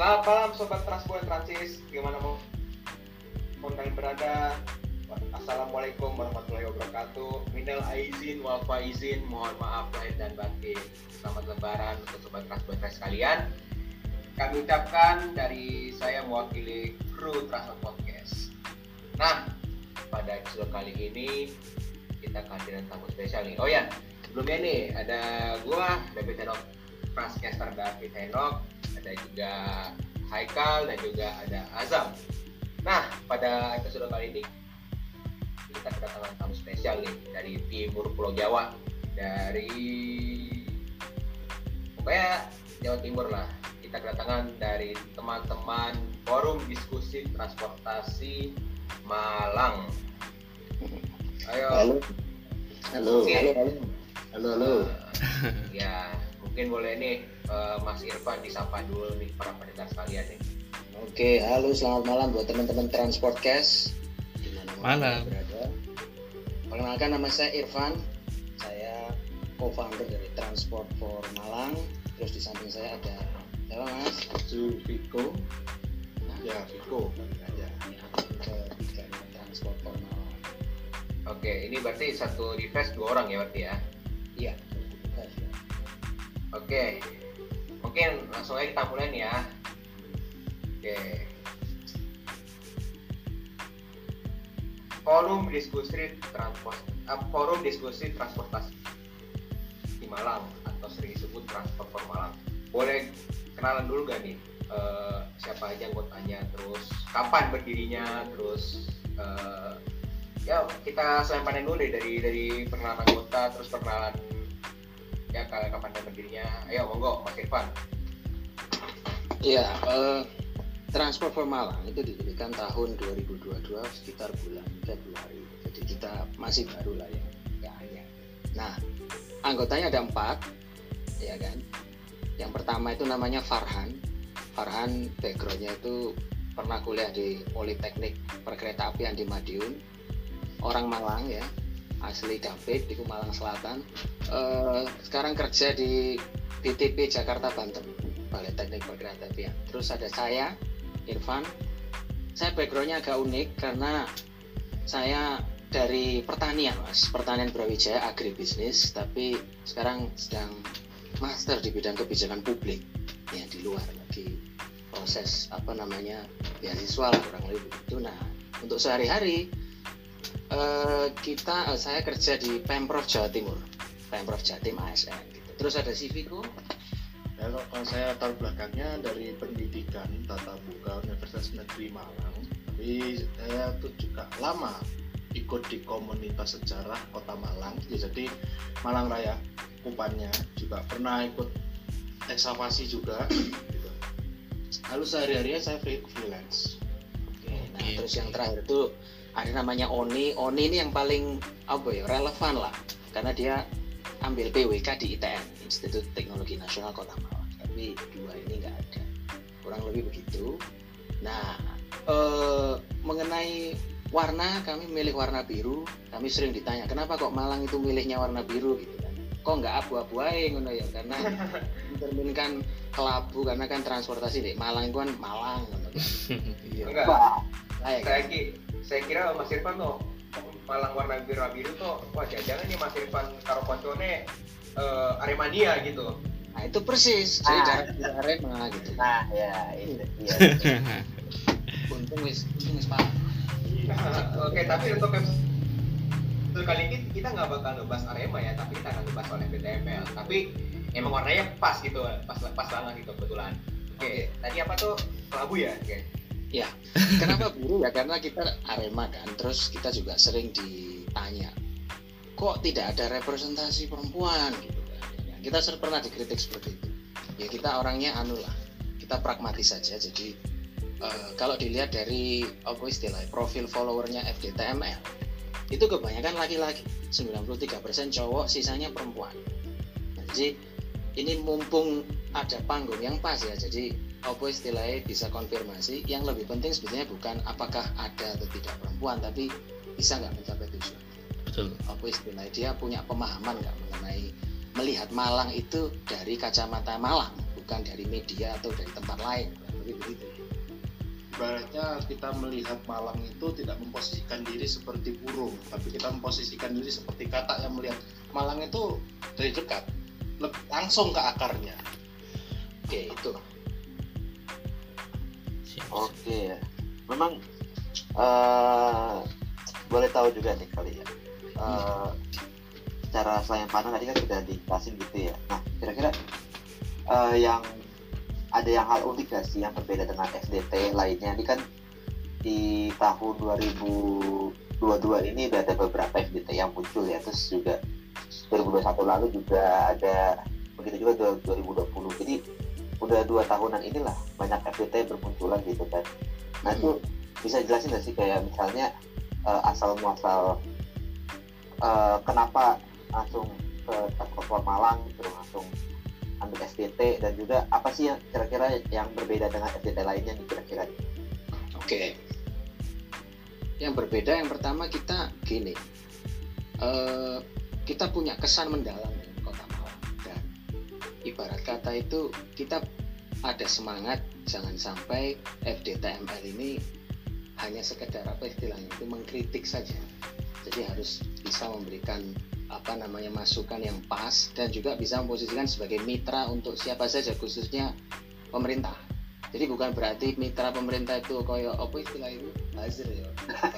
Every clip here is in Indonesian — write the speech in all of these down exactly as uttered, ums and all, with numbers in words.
Selamat malam Sobat Transpo dan Transis, gimana mau kalian berada? Assalamualaikum warahmatullahi wabarakatuh. Minal aizin wal faizin, mohon maaf lahir dan batin. Selamat lebaran untuk Sobat Transpo dan Transis sekalian. Kami ucapkan dari saya mewakili kru Transpo Podcast. Nah, pada episode kali ini kita kehadiran tamu spesial nih. Oh ya, sebelumnya nih ada gua David Henok, Praskester David Henok, ada juga Haikal dan juga ada Azam. Nah, pada episode kali ini kita kedatangan tamu spesial nih dari timur Pulau Jawa, dari pokoknya Jawa Timur lah. Kita kedatangan dari teman-teman Forum Diskusi Transportasi Malang. Ayo. Halo. Halo. Okay. Halo. Halo. Halo. Uh, ya, mungkin boleh nih uh, Mas Irfan disapa dulu nih para pendengar sekalian nih. Oke, halo, selamat malam buat teman-teman Transportcast Malam. Berada. Perkenalkan, nama saya Irfan. Saya co-founder dari Transport for Malang. Terus di samping saya ada siapa Mas? Viko. Nah, ya Viko aja. Ketiga Transport for Malang. Oke, ini berarti satu device dua orang ya berarti ya? Iya. Oke, mungkin langsung aja kita mulai nih ya. Oke. Forum Diskusi Transport, uh, Forum Diskusi Transportasi di Malang atau sering disebut Transport for Malang. Boleh kenalan dulu gak nih? Uh, siapa aja anggotanya, terus kapan berdirinya, terus uh, ya kita selemparin dulu deh dari dari perkenalan anggota, terus perkenalan ya kapan berdirinya. Ayo monggo Mas Irfan. Iya, uh, Transport for Malang itu didirikan tahun dua ribu dua puluh dua sekitar bulan Februari. Jadi kita masih baru lah ya, nggak hanya. Nah, anggotanya ada empat, ya kan. Yang pertama itu namanya Farhan. Farhan backgroundnya itu pernah kuliah di Politeknik Perkereta Apian di Madiun. Orang Malang ya, asli David di Malang Selatan. Uh, sekarang kerja di B T P Jakarta Banten, Balai Teknik Perkereta Apian. Terus ada saya, Irfan. Saya backgroundnya agak unik karena saya dari pertanian mas, pertanian Brawijaya, agribisnis, tapi sekarang sedang master di bidang kebijakan publik ya, di luar lagi proses apa namanya beasiswa lah kurang lebih itu. Nah, untuk sehari-hari Uh, kita, uh, saya kerja di Pemprov Jawa Timur, Pemprov Jatim A S N gitu. Terus ada si Viko. Ya, kalau saya latar belakangnya dari pendidikan Tata Boga Universitas Negeri Malang, tapi saya tuh juga lama ikut di komunitas sejarah Kota Malang, ya, jadi Malang Raya Kupannya juga pernah ikut ekskavasi juga gitu. Lalu sehari-harinya saya freelance. Oke, nah okay. Terus yang terakhir itu ada namanya Oni. Oni ini yang paling apa ya, relevan lah karena dia ambil P W K di I T N, Institut Teknologi Nasional Kota Malang. Tapi dua ini nggak ada, kurang lebih begitu. Nah, eh, mengenai warna, kami milih warna biru. Kami sering ditanya kenapa kok Malang itu milihnya warna biru gitu kan? Kok nggak abu-abu aja ngono ya? Karena mencerminkan kelabu, karena kan transportasi di Malang itu kan Malang ngono kan. Iya. Enggak. Saya kan? Saya kira Mas Irfan tuh Malang warna biru biru tuh, wah jangan-jangan nih Mas Irfan karo koncone uh, Aremania gitu. Nah itu persis, jadi ah. Cara Arema gitu. Nah ya itu iya. Untung wis, untung wis Pak. Oke, tapi untuk episode kali ini kita nggak bakal ngebahas Arema ya, tapi kita akan ngebahas soal F D T M L. Tapi emang warnanya pas gitu, pas pas banget gitu kebetulan. Oke, okay. Tadi apa tuh kelabu ya? Oke. Okay. Ya, kenapa biru ya? Karena kita Arema kan, terus kita juga sering ditanya, kok tidak ada representasi perempuan gitu kan? Kita sering pernah dikritik seperti itu. Ya kita orangnya anu lah, kita pragmatis saja. Jadi uh, kalau dilihat dari apa istilahnya profil followernya F D T M L, itu kebanyakan laki-laki, sembilan puluh tiga persen cowok, sisanya perempuan. Nah, jadi ini mumpung ada panggung yang pas ya, jadi apa istilahnya bisa konfirmasi. Yang lebih penting sebetulnya bukan apakah ada atau tidak perempuan, tapi bisa nggak mencapai tujuan. Betul. Apa istilahnya dia punya pemahaman nggak mengenai melihat Malang itu dari kacamata Malang, bukan dari media atau dari tempat lain, lebih begitu ya. Ibaratnya kita melihat Malang itu tidak memposisikan diri seperti burung, tapi kita memposisikan diri seperti katak yang melihat Malang itu dari dekat, langsung ke akarnya. Oke, itu. Oke ya. Memang uh, boleh tahu juga nih kali ya. Uh, Cara selain pandang tadi kan sudah dijelasin gitu ya. Nah, kira-kira uh, yang ada yang hal unik gak sih yang berbeda dengan S D T lainnya? Ini kan di tahun dua ribu dua puluh dua ini udah ada beberapa S D T yang muncul ya. Terus juga dua ribu dua puluh satu lalu juga ada, begitu juga dua ribu dua puluh. Jadi udah dua tahunan inilah banyak S D T bermunculan gitu kan. Nah, itu bisa jelasin gak sih kayak misalnya uh, asal muasal uh, kenapa langsung ke Transport Malang terus langsung ambil S D T, dan juga apa sih yang kira-kira yang berbeda dengan S D T lainnya nih kira-kira? Oke, yang berbeda yang pertama kita gini, uh, kita punya kesan mendalam dengan Kota Malang, dan ibarat kata itu kita ada semangat jangan sampai F D T M L ini hanya sekedar apa istilahnya itu mengkritik saja. Jadi harus bisa memberikan apa namanya masukan yang pas dan juga bisa memposisikan sebagai mitra untuk siapa saja, khususnya pemerintah. Jadi bukan berarti mitra pemerintah itu koyo apa istilah itu buzzer ya.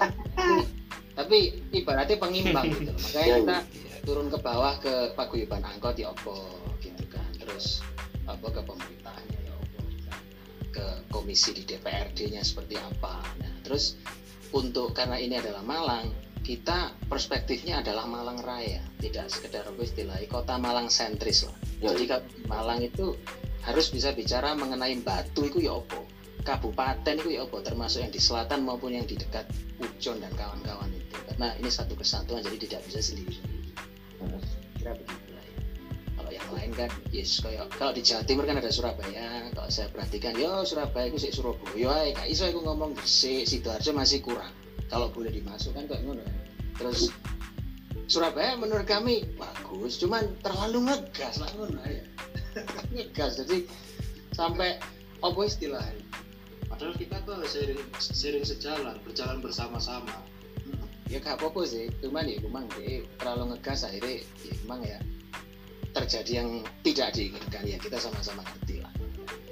Tapi ibaratnya pengimbang gitu. Makanya kita turun ke bawah ke paguyuban angkot ya apa gitu kan. Terus apa ke pemerintahnya ya apa gitu. Ke komisi di D P R D-nya seperti apa. Nah, terus untuk karena ini adalah Malang, kita perspektifnya adalah Malang Raya, tidak sekedar apa istilahnya kota Malang sentris lah. Ya. Jadi Malang itu harus bisa bicara mengenai Batu itu ya opo, kabupaten itu ya opo, termasuk yang di selatan maupun yang di dekat Pujon dan kawan-kawan itu. Karena ini satu kesatuan, jadi tidak bisa sendiri-sendiri. Hmm. Kira begitu lah ya. Kalau yang lain kan, yes, kayak kalau di Jawa Timur kan ada Surabaya. Kalau saya perhatikan, yo Surabaya itu sih Surabaya, kayak iso aku ngomong Gresik, Sidoarjo masih kurang. Kalau boleh dimasukkan kayak ngono. Terus Surabaya menurut kami bagus, cuman terlalu ngegas lah ngono ya. Ngegas, jadi sampai apa istilahnya? Padahal kita tuh sering sering sejalan, berjalan bersama-sama. Ya gak apa-apa sih, cuman ya memang dia terlalu ngegas akhirnya ya memang ya terjadi yang tidak diinginkan, ya kita sama-sama ngerti lah.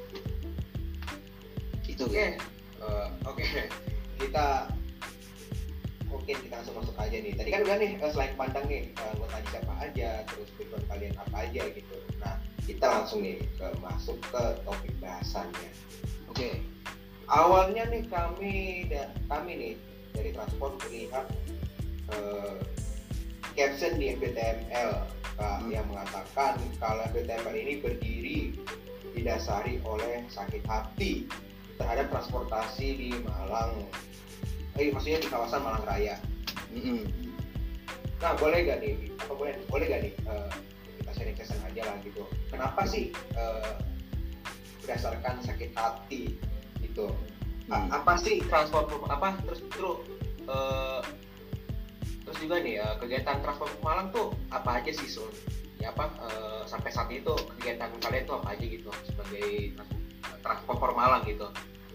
Itu oke. Okay. Uh, oke. Okay. Kita mungkin kita langsung masuk aja nih. Tadi kan udah nih selain pandang nih anggota siapa aja, terus background kalian apa aja gitu. Nah, kita langsung nih ke masuk ke topik bahasannya. Oke. Okay. Awalnya nih kami dan kami nih dari transport melihat uh, caption di F D T M L uh, hmm. yang mengatakan kalau F D T M L ini berdiri didasari oleh sakit hati terhadap transportasi di Malang. Eh, maksudnya di kawasan Malang Raya. Mm-hmm. Nah, boleh gak nih? Apa boleh? Boleh gak nih? Uh, kita sharing kesan aja lah gitu. Kenapa sih uh, berdasarkan sakit hati gitu? Mm. A- apa sih transport apa terus terus uh, terus juga nih uh, kegiatan transport Malang tuh apa aja sih Sul? Ya apa uh, sampai saat itu kegiatan kalian tuh apa aja gitu sebagai transport Malang gitu?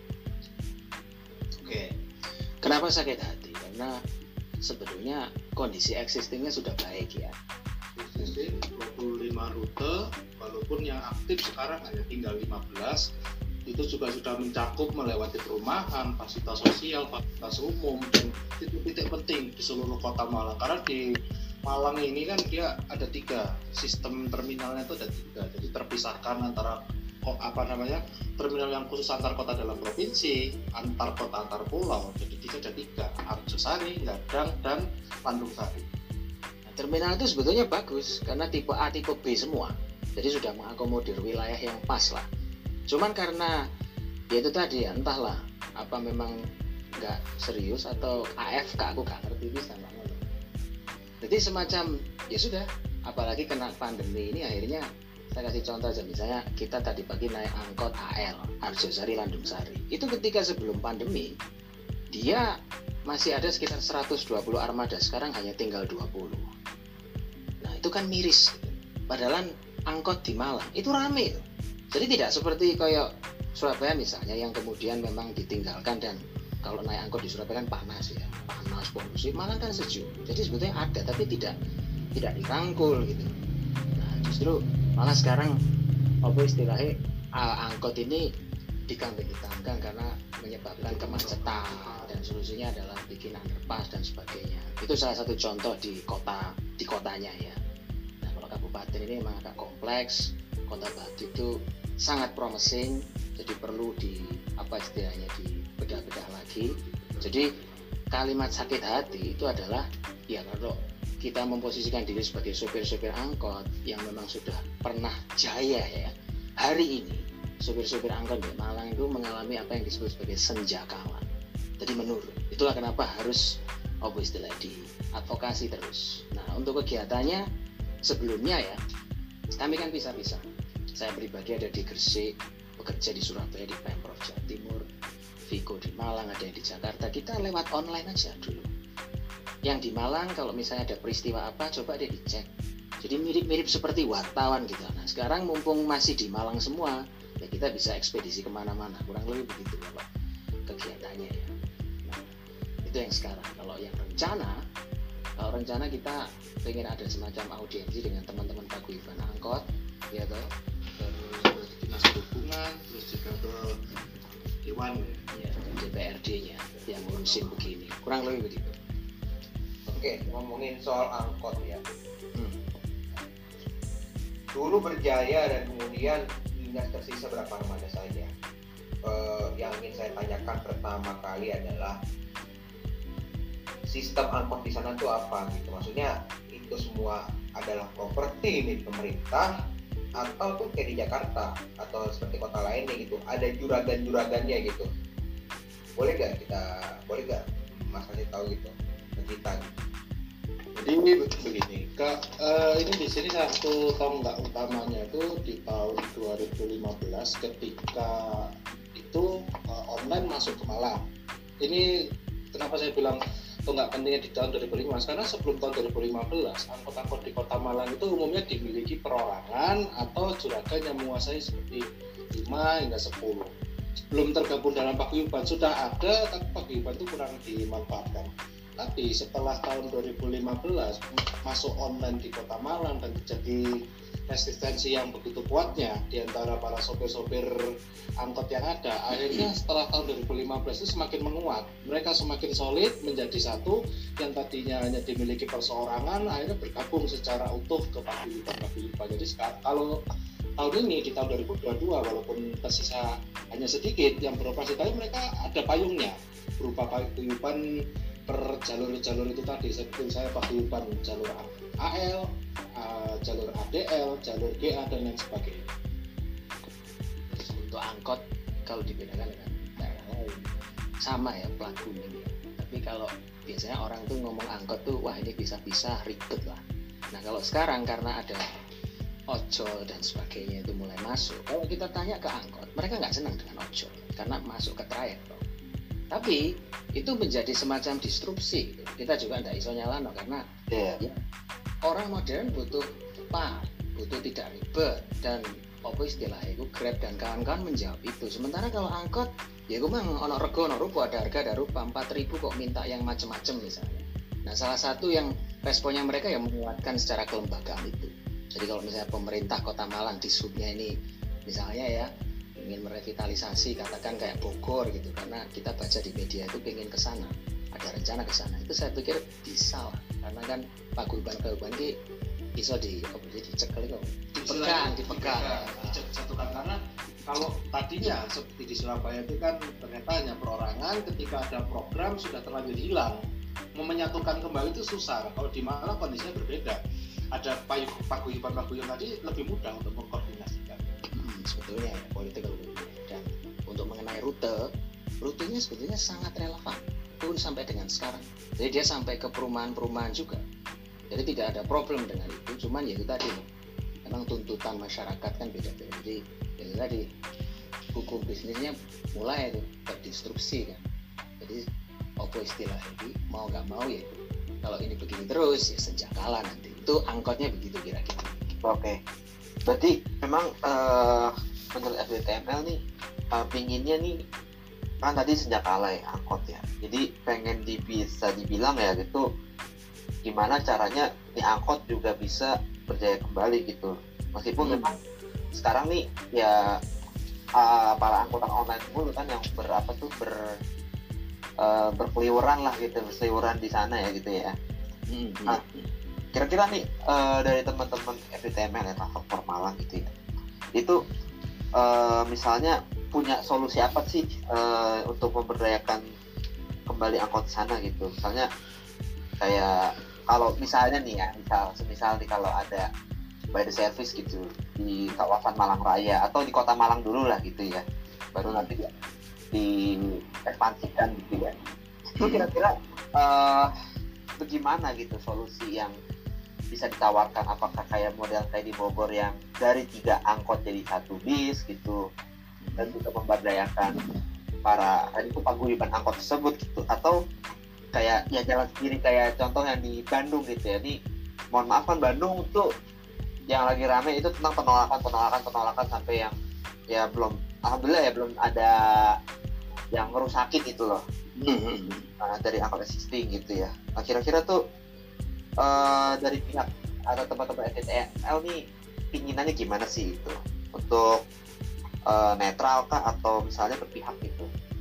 Oke. Okay. Kenapa sakit hati? Karena sebetulnya kondisi existingnya sudah baik ya. Existing dua puluh lima rute, walaupun yang aktif sekarang hanya tinggal lima belas, itu juga sudah mencakup melewati perumahan, fasilitas sosial, fasilitas umum, dan titik-titik penting di seluruh kota Malang. Karena di Malang ini kan dia ada tiga, sistem terminalnya itu ada tiga, jadi terpisahkan antara apa namanya terminal yang khusus antar kota dalam provinsi, antar kota antar pulau. Jadi dia ada tiga, Arjosari, Gadang, dan Landung Sari. Nah, terminal itu sebetulnya bagus karena tipe A, tipe B semua. Jadi sudah mengakomodir wilayah yang pas lah. Cuman karena ya itu tadi ya, entahlah apa memang nggak serius atau A F K aku nggak ngerti bisa banget. Jadi semacam ya sudah, apalagi kena pandemi ini akhirnya. Saya kasih contoh aja, misalnya kita tadi pagi naik angkot A L, Arjosari Landung Sari. Itu ketika sebelum pandemi, dia masih ada sekitar seratus dua puluh armada, sekarang hanya tinggal dua puluh. Nah itu kan miris. Padahal angkot di Malang itu rame. Jadi tidak seperti kayak Surabaya misalnya yang kemudian memang ditinggalkan, dan kalau naik angkot di Surabaya kan panas ya, panas polusi, Malang kan sejuk. Jadi sebetulnya ada tapi tidak tidak dirangkul gitu. Nah justru malah sekarang apa istilahnya uh, angkot ini dikambing hitamkan karena menyebabkan kemacetan, dan solusinya adalah bikin underpass dan sebagainya. Itu salah satu contoh di kota di kotanya ya. Nah kalau kabupaten ini memang agak kompleks. Kota Batu itu sangat promising, jadi perlu di apa istilahnya dibedah-bedah lagi. Jadi kalimat sakit hati itu adalah ya kalau kita memposisikan diri sebagai sopir-sopir angkot yang memang sudah pernah jaya ya, hari ini sopir-sopir angkot di Malang itu mengalami apa yang disebut sebagai senjakalan, jadi menurun. Itulah kenapa harus apa istilah di advokasi terus. Nah untuk kegiatannya sebelumnya ya kami kan pisah-pisah. Saya pribadi ada di Gresik, bekerja di Surabaya di Pemprov Jawa Timur, Viko di Malang, ada yang di Jakarta. Kita lewat online aja dulu. Yang di Malang kalau misalnya ada peristiwa apa coba deh dicek. Jadi mirip-mirip seperti wartawan gitu. Nah sekarang mumpung masih di Malang semua, ya kita bisa ekspedisi kemana-mana, kurang lebih begitu kalau kegiatannya ya. Nah, itu yang sekarang. Kalau yang rencana, kalau rencana kita pengen ada semacam audiensi dengan teman-teman paguyuban angkot, ya toh, terus dinas perhubungan, terus juga ke Iwan ya, D P R D-nya yang ngurusin begini, kurang lebih begitu. Oke, ngomongin soal angkot ya. Hmm. Dulu berjaya dan kemudian dinas tersisa berapa armada saja. Uh, yang ingin saya tanyakan pertama kali adalah sistem angkot di sana itu apa gitu. Maksudnya itu semua adalah properti milik pemerintah atau tuh kayak di Jakarta atau seperti kota lainnya gitu, ada juragan-juragannya gitu. Boleh gak kita, boleh gak Mas kasih tahu gitu ke kita gitu. Jadi begini, Kak, uh, ini di sini satu tonggak utamanya itu di tahun dua ribu lima belas ketika itu uh, online masuk ke Malang. Ini kenapa saya bilang tonggak pentingnya di tahun dua ribu lima belas, karena sebelum tahun dua ribu lima belas angkot-angkot di kota Malang itu umumnya dimiliki perorangan atau juragan yang menguasai seperti lima hingga sepuluh. Sebelum tergabung dalam paguyuban sudah ada, tapi paguyuban itu kurang dimanfaatkan. Tapi setelah tahun dua ribu lima belas masuk online di kota Malang dan terjadi resistensi yang begitu kuatnya di antara para sopir-sopir angkot yang ada, akhirnya setelah tahun dua ribu lima belas itu semakin menguat. Mereka semakin solid menjadi satu, yang tadinya hanya dimiliki perseorangan akhirnya bergabung secara utuh ke paguyuban-paguyuban. Jadi sekarang, kalau tahun ini di tahun dua ribu dua puluh dua walaupun tersisa hanya sedikit yang beroperasi, tapi mereka ada payungnya berupa paguyuban per jalur-jalur itu tadi. Seperti saya paguyuban jalur A L, uh, jalur A D L, jalur G A dan lain sebagainya. Terus untuk angkot kalau dibedakan dengan daerah lain sama ya plat kuning ya. Tapi kalau biasanya orang tuh ngomong angkot tuh wah ini pisah-pisah ribet lah. Nah kalau sekarang karena ada ojol dan sebagainya itu mulai masuk, kalau kita tanya ke angkot mereka nggak senang dengan ojol karena masuk ke trayek. Tapi itu menjadi semacam disrupsi. Kita juga tidak iso nyalano karena yeah. ya, orang modern butuh cepat, butuh tidak ribet, dan apa istilahnya itu Grab dan kawan-kawan menjawab itu. Sementara kalau angkot ya gue memang ono rego ono rupa, ada harga ada rupa empat ribu kok minta yang macam-macam misalnya. Nah salah satu yang responnya mereka yang menguatkan secara kelembagaan itu. Jadi kalau misalnya pemerintah Kota Malang di subnya ini misalnya ya ingin merevitalisasi, katakan kayak Bogor gitu, karena kita baca di media itu pengen ke sana, ada rencana ke sana, itu saya pikir bisa lah, karena kan paguyuban-paguyuban ini bisa di apa sih dicekel kok, dipegang, dipegang, dijatuhkan. Karena kalau tadinya seperti di Surabaya itu kan ternyata hanya perorangan, ketika ada program sudah terlanjur hilang, mau menyatukan kembali itu susah. Kalau di Malang kondisinya berbeda, ada paguyuban-paguyuban tadi lebih mudah untuk mengkoordinasikan. Sebetulnya ya, political will. Dan untuk mengenai rute, rutenya sebetulnya sangat relevan pun sampai dengan sekarang. Jadi dia sampai ke perumahan-perumahan juga. Jadi tidak ada problem dengan itu. Cuman ya itu tadi, memang tuntutan masyarakat kan beda-beda. Jadi ya itu tadi hukum bisnisnya mulai itu terdistrupsi kan. Jadi apa istilah ini mau nggak mau ya itu. Kalau ini begini terus ya senjakalan nanti. Itu angkotnya begitu kira-kira. Oke. Berarti memang uh, menurut F D T M L nih uh, pinginnya nih kan tadi sejak kala ya angkot ya, jadi pengen di, bisa dibilang ya gitu gimana caranya nih angkot juga bisa berjaya kembali gitu, meskipun hmm. memang sekarang nih ya uh, para angkutan online dulu kan yang berapa tuh ber uh, berkeliweran lah gitu, berseliweran di sana ya gitu ya. Hmm. Nah, kira-kira nih uh, dari teman-teman F D T M L ya Transport Malang gitu ya, itu uh, misalnya punya solusi apa sih uh, untuk memberdayakan kembali angkot sana gitu, misalnya kayak kalau misalnya nih ya misal semisal nih kalau ada by the service gitu di kawasan Malang Raya atau di kota Malang dulu lah gitu ya, baru nanti ya diekspansikan gitu ya, itu kira-kira uh, bagaimana gitu solusi yang bisa ditawarkan, apakah kayak model kayak di Bogor yang dari tiga angkot jadi satu bis gitu dan juga memberdayakan para itu paguyuban angkot tersebut gitu, atau kayak ya jalan sendiri kayak contoh yang di Bandung gitu ya. Ini mohon maaf kan Bandung tuh yang lagi rame itu tentang penolakan penolakan penolakan sampai yang ya belum alhamdulillah ya belum ada yang ngerusakin itu loh mm-hmm. nah, dari angkot existing gitu ya. Nah kira-kira tuh uh, dari pihak atau teman-teman F D T M L nih pinginannya gimana sih itu untuk uh, netral kah atau misalnya berpihak gitu?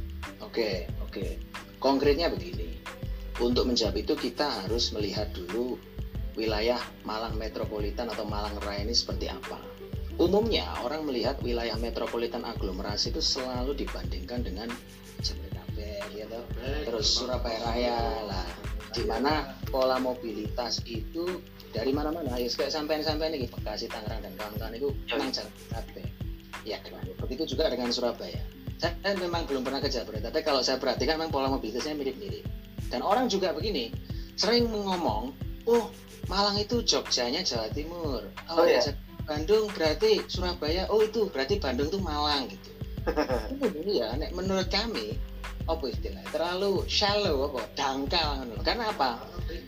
Oke oke konkretnya begini, untuk menjawab itu kita harus melihat dulu wilayah Malang Metropolitan atau Malang Raya ini seperti apa. Umumnya orang melihat wilayah metropolitan aglomerasi itu selalu dibandingkan dengan Jabodetabek gitu. Terus Surabaya Raya lah, di mana pola mobilitas itu dari mana-mana ya kayak sampai-sampai nih Bekasi, Tangerang dan kawan-kawan itu memang Jabodetabek. Ya kan. Begitu juga dengan Surabaya. Saya memang belum pernah ke Jabodetabek, kalau saya perhatikan memang pola mobilitasnya mirip-mirip. Dan orang juga begini, sering ngomong, oh Malang itu Jogjanya Jawa Timur. Kalau oh, ya. Bandung berarti Surabaya, oh itu berarti Bandung tuh Malang gitu. Itu ya, menurut kami, apa istilahnya, terlalu shallow, apa, dangkal. Karena apa?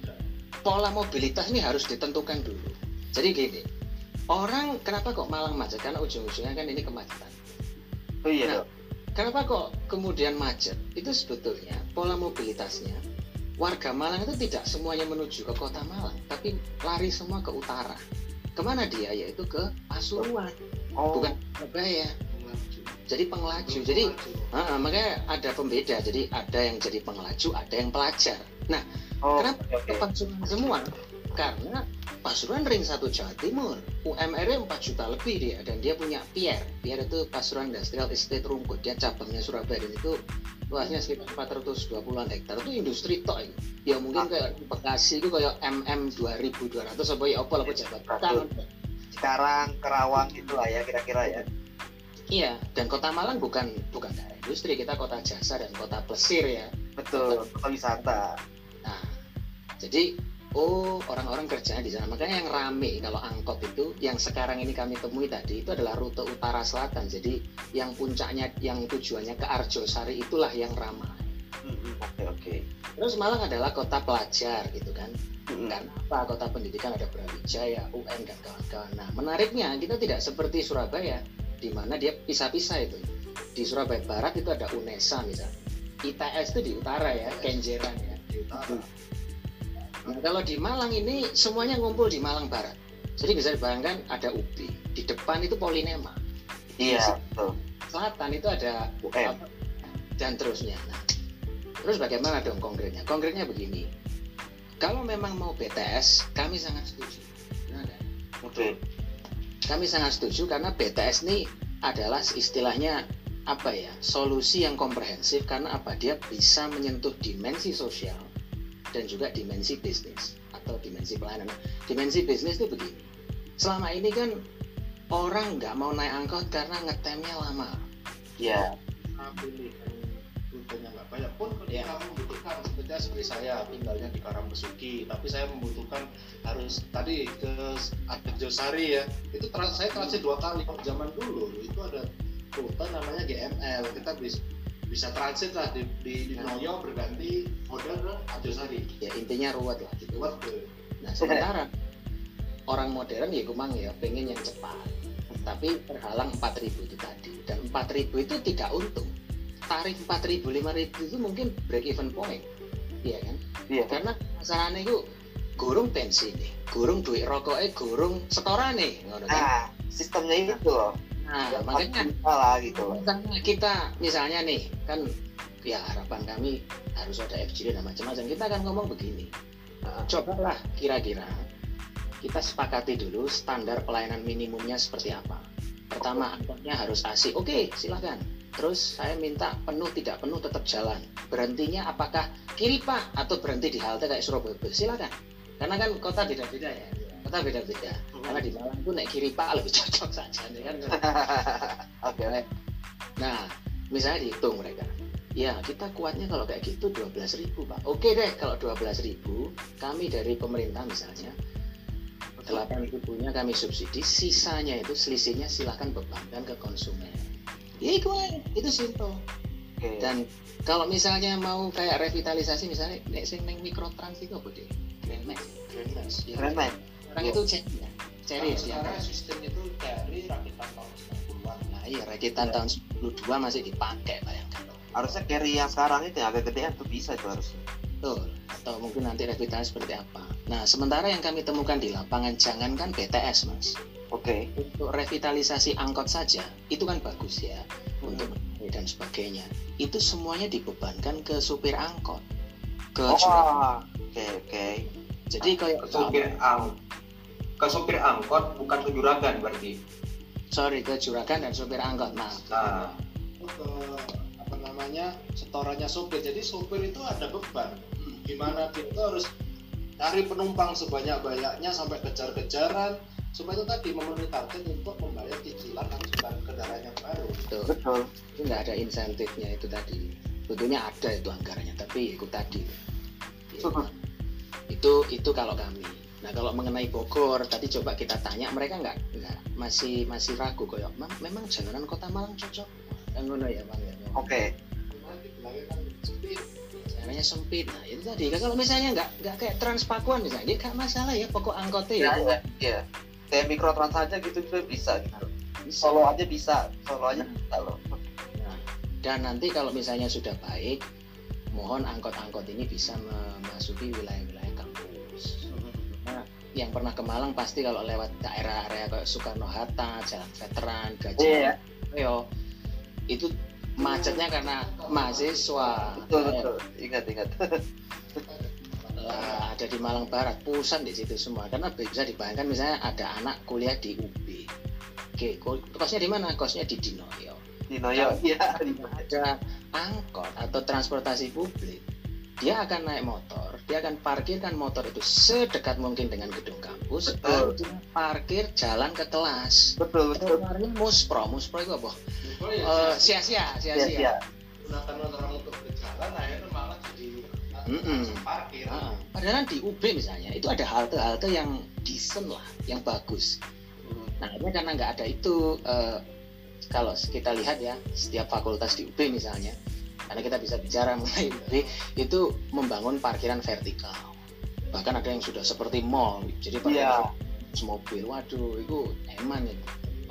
Pola mobilitas ini harus ditentukan dulu. Jadi gini, orang kenapa kok Malang macet? Karena ujung-ujungnya kan ini kemacetan. Oh iya. Nah, kenapa kok kemudian macet? Itu sebetulnya pola mobilitasnya. Warga Malang itu tidak semuanya menuju ke kota Malang, tapi lari semua ke utara. Kemana dia? Yaitu ke Pasuruan, oh. bukan Surabaya. Jadi pengelaju. Jadi uh, makanya ada pembeda. Jadi ada yang jadi pengelaju, ada yang pelajar. Nah, oh, kenapa okay. ke Pasuruan semua? Karena Pasuruan ring satu Jawa Timur, U M R-nya empat juta lebih dia, dan dia punya Pier. Pier itu Pasuruan Industrial Estate Rungkut, dia cabangnya Surabaya, dan itu luasnya sekitar empat ratus dua puluhan hektar. Itu industri tok itu. Ya mungkin kayak Bekasi itu kayak M M dua ribu dua ratus apa ya apa lah Jakarta. Sekarang Kerawang gitu lah ya kira-kira ya. Iya, dan Kota Malang bukan bukan daerah industri, kita kota jasa dan kota plesir ya. Betul, kota wisata. Nah, jadi oh orang-orang kerjanya di sana. Makanya yang rame kalau angkot itu yang sekarang ini kami temui tadi itu adalah rute utara selatan. Jadi yang puncaknya yang tujuannya ke Arjosari itulah yang ramai. Mm-hmm. Oke oke. Terus Malang adalah kota pelajar gitu kan. Mm-hmm. Karena apa? Kota pendidikan ada Brawijaya, U N dan kawan-kawan. Nah menariknya kita tidak seperti Surabaya di mana dia pisah-pisah itu. Di Surabaya Barat itu ada UNESA misalnya. I T S itu di utara ya, Kenjeran ya di utara. Nah, kalau di Malang ini semuanya ngumpul di Malang Barat. Jadi bisa dibayangkan ada U B, di depan itu Polinema. Iya, betul. Selatan itu ada U M dan terusnya. Nah, terus bagaimana dong konkretnya? Konkretnya begini. Kalau memang mau B T S, kami sangat setuju. Nah, Oke. Okay. Kami sangat setuju karena B T S ini adalah istilahnya apa ya? Solusi yang komprehensif karena apa? Dia bisa menyentuh dimensi sosial dan juga dimensi bisnis atau dimensi pelayanan. Nah, dimensi bisnis itu begini. Selama ini kan orang nggak mau naik angkot karena ngetemnya lama. Iya. Yeah. Pilih rutenya nggak banyak pun ketika yeah. membutuhkan, seperti seperti saya tinggalnya di Karangbesuki, tapi saya membutuhkan harus tadi ke Arjosari ya. Itu trans, saya transit dua kali. Zaman dulu itu ada rute namanya G M L. Kita bisa bisa transit lah di di, di Noyo berganti model ke Arjosari. Ya intinya ruwet lah gitu. Ruwet. Nah sementara orang modern ya kumang ya pengen yang cepat. tapi terhalang empat ribu itu tadi, dan empat ribu itu tidak untung. Tarif empat ribu, lima ribu itu mungkin break even point, iya kan? Iya. Karena masalahnya itu gurung bensin nih, gurung duit rokoknya, gurung setorane, ngono kan? Nah, sistemnya itu loh. Nah, Ya, makanya salah gitu loh. misalnya kita, misalnya nih, kan ya harapan kami harus ada F G D dan macam-macam. Kita akan ngomong begini, Nah, cobalah kira-kira kita sepakati dulu standar pelayanan minimumnya seperti apa. Pertama, angkotnya harus A C. Oke, silakan. Terus saya minta penuh tidak penuh tetap jalan. Berhentinya apakah kiri Pak atau berhenti di halte kayak Surabaya? Silakan. Karena kan kota beda-beda ya. Kota beda-beda. Karena di Malang tuh naik kiri Pak lebih cocok saja nih kan. Oke. Nah, misalnya dihitung mereka. Ya, kita kuatnya kalau kayak gitu dua belas ribu Pak. Oke deh, kalau dua belas ribu kami dari pemerintah misalnya delapan ribunya kami subsidi, sisanya itu selisihnya silakan bebankan ke konsumen. Ya itu aja, itu simple. Oke. Dan kalau misalnya mau kayak revitalisasi misalnya nek sing ning mikrotrans itu apa deh? Grand Max. Grand Max. Ya, Keren men. orang Iya. itu cek ya. Ceri Nah, ya. sekarang sistem itu dari rakitan tahun sembilan puluhan. Nah, iya rakitan tahun sembilan puluh dua masih dipakai, bayangkan. Harusnya carry yang sekarang itu yang agak gedean tuh bisa itu harusnya. Betul. Atau mungkin nanti revitalisasi seperti apa. Nah, sementara yang kami temukan di lapangan jangankan B T S, Mas. Oke. Untuk revitalisasi angkot saja itu kan bagus ya, untuk dan sebagainya. Itu semuanya dibebankan ke supir angkot, ke Oh, juragan. oke oke. Jadi kayak Ke supir ang ke supir angkot bukan ke juragan berarti. sorry ke juragan dan supir angkot. Nah, Nah, Itu ke apa namanya setorannya sopir. Jadi sopir itu ada beban. Gimana dia itu harus cari penumpang sebanyak-banyaknya sampai kejar-kejaran supaya itu tadi memenuhi target untuk membayar cicilan angsuran kendaraan yang baru. betul. Betul. Itu nggak ada insentifnya itu tadi. Tentunya ada itu anggarannya, tapi itu tadi. Ya, itu itu kalau kami. Nah kalau mengenai Bogor tadi coba kita tanya mereka nggak nggak masih masih ragu kok. Memang jalanan Kota Malang cocok. Kan ngono ya Bang ya. Oke. Cuma di belakang kan sempit. Jalannya sempit. Nah itu tadi kalau misalnya nggak nggak kayak Transpakuan misalnya, dia nggak masalah ya pokok angkotnya ya. Ya, ya, ya. Kayak mikrotrans aja gitu juga bisa gitu. Bisa. Solo aja bisa, Solo aja bisa loh. Nah, dan nanti kalau misalnya sudah baik, mohon angkot-angkot ini bisa memasuki wilayah-wilayah kampus. Nah, yang pernah ke Malang pasti kalau lewat daerah area kayak Soekarno-Hatta, Jalan Veteran, Gajah Iya. Mada, itu macetnya karena mahasiswa. Betul betul. Ingat ingat. Lah, ada di Malang Barat, pusat di situ semua. Karena bisa dibayangkan misalnya ada anak kuliah di U B. Oke, kosnya di mana? Kosnya di Dinoyo. Di Noyo. Iya. Ada angkot atau transportasi publik, dia akan naik motor, dia akan parkirkan motor itu sedekat mungkin dengan gedung kampus, Betul. lalu dia parkir jalan ke kelas. Betul betul. Keluarnya muspro, muspro itu apa? Oh ya, Eh, sia-sia, Iya sia-sia. iya. gunakan orang untuk berjalan akhirnya malah jadi Mm-mm. parkir. Ah, padahal di U B misalnya itu ada halte-halte yang decent lah, yang bagus. Nah, ini karena nggak ada itu, eh, kalau kita lihat ya, setiap fakultas di U B misalnya, karena kita bisa bicara mengenai U B, itu membangun parkiran vertikal. Bahkan ada yang sudah seperti mall, jadi Iya. parkiran mobil. Waduh, itu eman itu.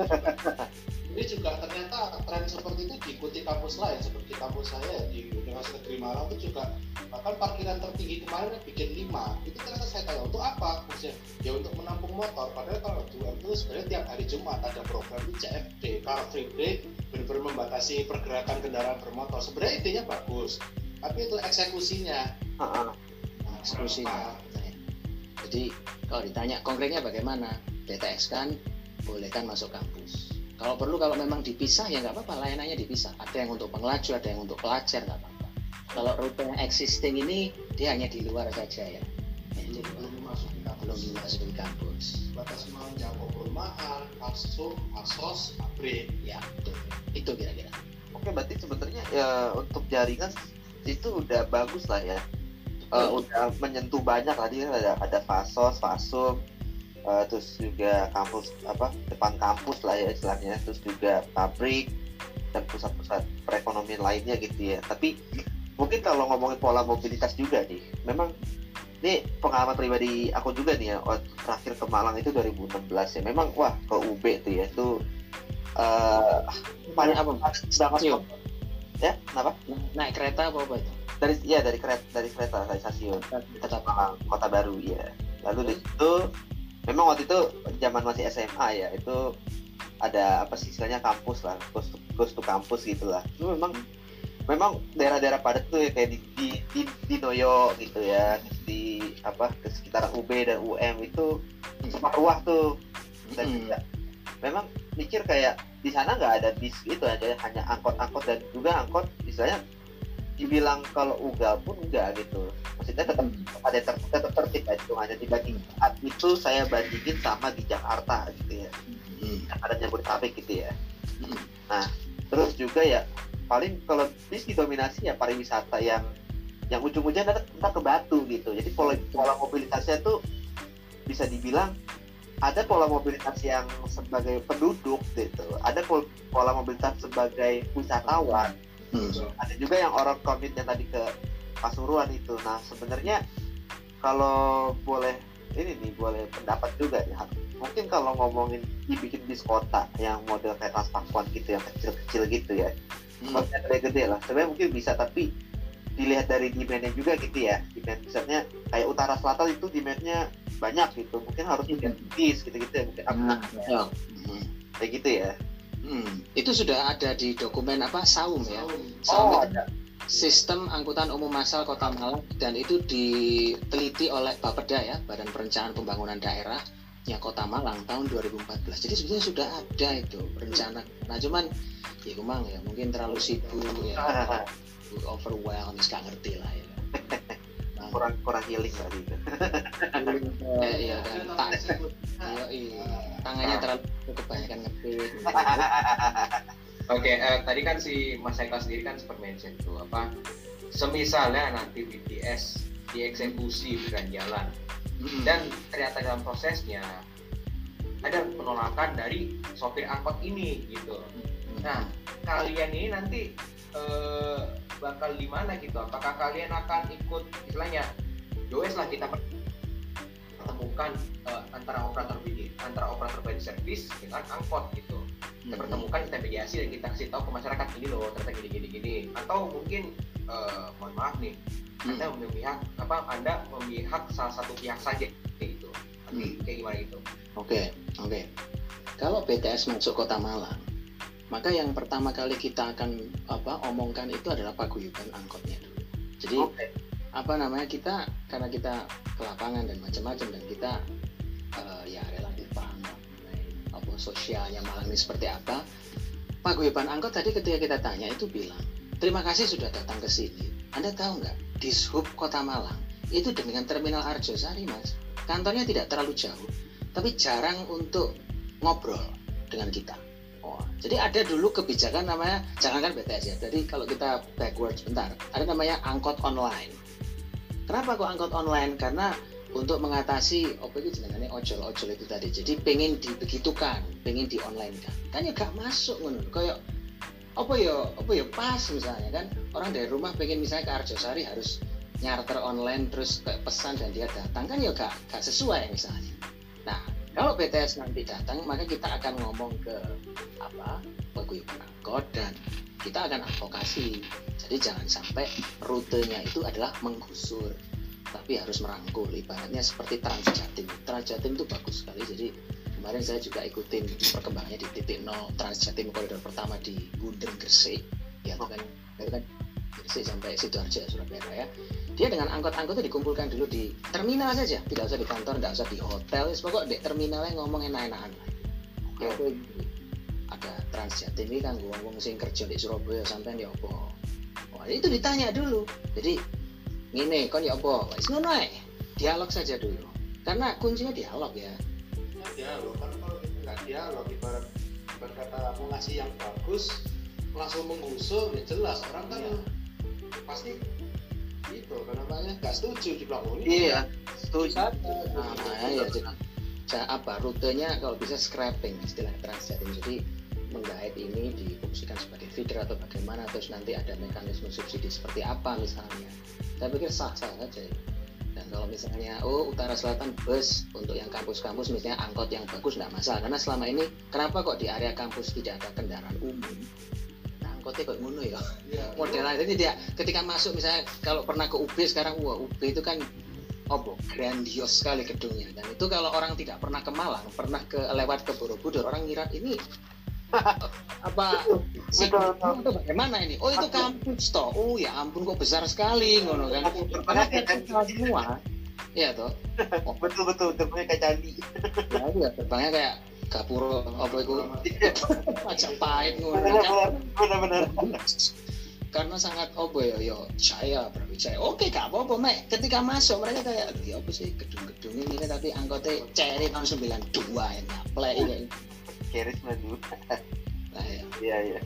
Ini juga ternyata tren seperti itu diikuti kampus lain seperti kampus saya di Universitas Negeri Malang itu juga bahkan parkiran tertinggi kemarin bikin lima. Itu ternyata saya tanya untuk apa? Maksudnya ya untuk menampung motor. Padahal kalau di U M itu sebenarnya tiap hari Jumat ada program C F D, Car Free Day, benar-benar membatasi pergerakan kendaraan bermotor. Sebenarnya idenya bagus, tapi itu eksekusinya. Heeh. Nah, Eksekusinya. kurang Jadi kalau ditanya konkretnya bagaimana, B T S kan bolehkan masuk kampus. Kalau perlu kalau memang dipisah ya nggak apa-apa, layanannya dipisah. Ada yang untuk pengelaju, ada yang untuk pelajar, nggak apa-apa. Kalau rute yang existing ini dia hanya di luar saja ya. belum belum dimasukin kampus. Belum dimasukin kampus. Batas mau jangkau perumahan, masuk, asos, pabrik. Ya betul. Itu kira-kira. Oke, berarti sebenarnya ya untuk jaringan itu udah bagus lah ya. Eh, udah menyentuh banyak tadi kan ada ada Fasos, Fasum, eh, terus juga kampus apa depan kampus lah ya istilahnya, terus juga pabrik dan pusat-pusat perekonomian lainnya gitu ya. Tapi mungkin kalau ngomongin pola mobilitas juga nih, memang ini pengalaman pribadi aku juga nih ya. Waktu terakhir ke Malang itu dua ribu enam belas ya. Memang wah ke U B tuh ya itu uh, Naik apa? stasiun ya kenapa Naik kereta apa apa itu? dari ya dari kereta dari kereta dari stasiun Kereta Malang, Kota Baru ya. Lalu di situ memang waktu itu zaman masih S M A ya, itu ada apa sih istilahnya kampus lah, ghost to, ghost to kampus gitulah. Itu memang memang daerah-daerah padat tuh ya, kayak di di di, di Noyo gitu ya, di apa ke sekitar U B dan U M itu sempat ruah tuh. Dan Hmm. juga memang mikir kayak di sana nggak ada bis gitu aja, hanya angkot-angkot dan juga angkot istilahnya dibilang kalau ugal pun enggak gitu. Maksudnya tetap ada ter, tetap tertib aja itu hanya dibagi. Itu saya bandingin sama di Jakarta gitu ya. Hmm. Yang ada Jabodetabek gitu ya. Hmm. Nah, terus juga ya paling kalau bis didominasi ya pariwisata yang yang ujung-ujungnya entah ke Batu gitu. Jadi pola, pola mobilitasnya tuh bisa dibilang ada pola mobilitas yang sebagai penduduk gitu, ada pola mobilitas sebagai wisatawan, Hmm. ada juga yang orang komit yang tadi ke Pasuruan itu. Nah sebenarnya kalau boleh ini nih boleh pendapat juga ya, mungkin kalau ngomongin dibikin bis kota yang model kayak Transpakuan gitu yang kecil-kecil gitu ya, Hmm. gede-gede lah sebenarnya mungkin bisa, tapi dilihat dari demandnya juga gitu ya, demand misalnya kayak utara selatan itu demandnya banyak gitu, mungkin harus bikin bis gitu-gitu ya, mungkin Nah, upload ya. Hmm. kayak gitu ya. Hmm. Itu sudah ada di dokumen apa Saum ya. Oh Saum itu ada. Sistem Angkutan Umum Massal Kota Malang, dan itu diteliti oleh Bapeda ya, Badan Perencanaan Pembangunan Daerahnya Kota Malang tahun dua ribu empat belas. Jadi sebetulnya sudah ada itu rencana. Nah cuman ya kumang ya mungkin terlalu sibuk ya, overwhelmed, nggak ngerti lah ya. Nah, kurang kurang healing tadi itu. eh, iya kan tak, iya, iya. Tangannya terlalu kebanyakan ngetik. Oke, eh, tadi kan si Mas Eka sendiri kan sempat mention tuh apa, semisalnya nanti B T S dieksekusi bukan jalan, Hmm. dan ternyata dalam prosesnya ada penolakan dari sopir angkot ini gitu. Nah, kalian ini nanti eh, bakal di mana gitu? Apakah kalian akan ikut istilahnya, yowes lah kita pertemukan eh, antara operator B D, antara operator body service dengan angkot gitu. Kita pertemukan, kita mediasi dan kita kasih tahu ke masyarakat ini loh ternyata gini gini gini. Atau mungkin eh, mohon maaf nih, Anda memihak apa? Anda memihak salah satu pihak saja gitu. Nanti kayak gimana gitu? Oke, oke. Kalau B T S masuk Kota Malang, maka yang pertama kali kita akan apa omongkan itu adalah paguyuban angkotnya dulu. Jadi Oke. apa namanya, kita karena kita ke lapangan dan macam-macam, dan kita uh, ya relatif paham mengenai apa sosialnya Malang ini seperti apa. Paguyuban angkot tadi ketika kita tanya itu bilang, terima kasih sudah datang ke sini. Anda tahu nggak, Dishub Kota Malang itu dengan Terminal Arjosari Mas, kantornya tidak terlalu jauh, tapi jarang untuk ngobrol dengan kita. Oh, jadi ada dulu kebijakan namanya, jangankan B T S ya, jadi kalau kita backwards bentar, ada namanya angkot online. Kenapa kok angkot online? Karena untuk mengatasi apa itu jenengannya ojol-ojol itu tadi. Jadi pengen dibegitukan, pengen di online kan. Kan ya gak masuk ngono. Kayak apa ya, apa ya pas misalnya kan, orang dari rumah pengen misalnya ke Arjosari harus nyarter online terus kayak pesan dan dia datang, kan ya gak, gak sesuai misalnya. Nah, kalau B T S nanti datang, maka kita akan ngomong ke apa paguyuban angkot dan kita akan advokasi. Jadi jangan sampai rutenya itu adalah menggusur, tapi harus merangkul. Ibaratnya seperti Transjatim. Transjatim itu bagus sekali. Jadi kemarin saya juga ikutin perkembangannya di titik nol Transjatim koridor pertama di Bunder Gresik. Ya itu kan, itu kan Gresik sampai Sidoarjo Surabaya ya. Dia dengan angkot-angkotnya dikumpulkan dulu di terminal saja, tidak usah di kantor, tidak usah di hotel, pokoknya di terminalnya ngomong enak-enakan lah. Ya, ada Transjatim ini kan ngomong sing kerja di Surabaya sampean ya apa? Wah, itu ditanya dulu. Jadi ngene kon ya apa? Wis ngono ae. Dialog saja dulu. Karena kuncinya dialog ya. Ya, dialog, karena kalau kita nggak dialog, ibarat berkata mau ngasih yang bagus langsung menggusur, ya jelas orang kan Ya. pasti itu karena namanya nggak setuju dibilang oh ini Iya, setuju. Nah, ya jadi apa rutenya kalau bisa scrapping istilah Transjatim. Jadi menggait ini difungsikan sebagai feeder atau bagaimana, terus nanti ada mekanisme subsidi seperti apa misalnya. Saya pikir sah-sah saja ya. Dan Kalau misalnya oh utara selatan bus untuk yang kampus-kampus misalnya angkot yang bagus nggak masalah, karena selama ini kenapa kok di area kampus tidak ada kendaraan umum? Nah, angkotnya kok ngono ya. Modelnya itu tidak ketika masuk misalnya kalau pernah ke U B sekarang, wah U B itu kan oh grandios sekali gedungnya, dan itu kalau orang tidak pernah ke Malang, pernah ke lewat ke Borobudur, orang ngira ini apa sih itu bagaimana ini? Oh itu kampus toh. Oh ya ampun kok besar sekali ngono kan. Karena kayak semua. Iya toh. Oh, betul betul terbangnya kayak candi. Ya iya terbangnya kayak gapuro apa itu Majapahit ngono kan. Benar-benar. Karena sangat opo ya yo saya Brawijaya. Oke gak apa-apa Mek. Ketika masuk mereka kayak ya apa sih gedung-gedung ini tapi angkotnya Cherry tahun sembilan puluh dua ya nyaplek ini. Keris madu. Nah, ya. Iya iya.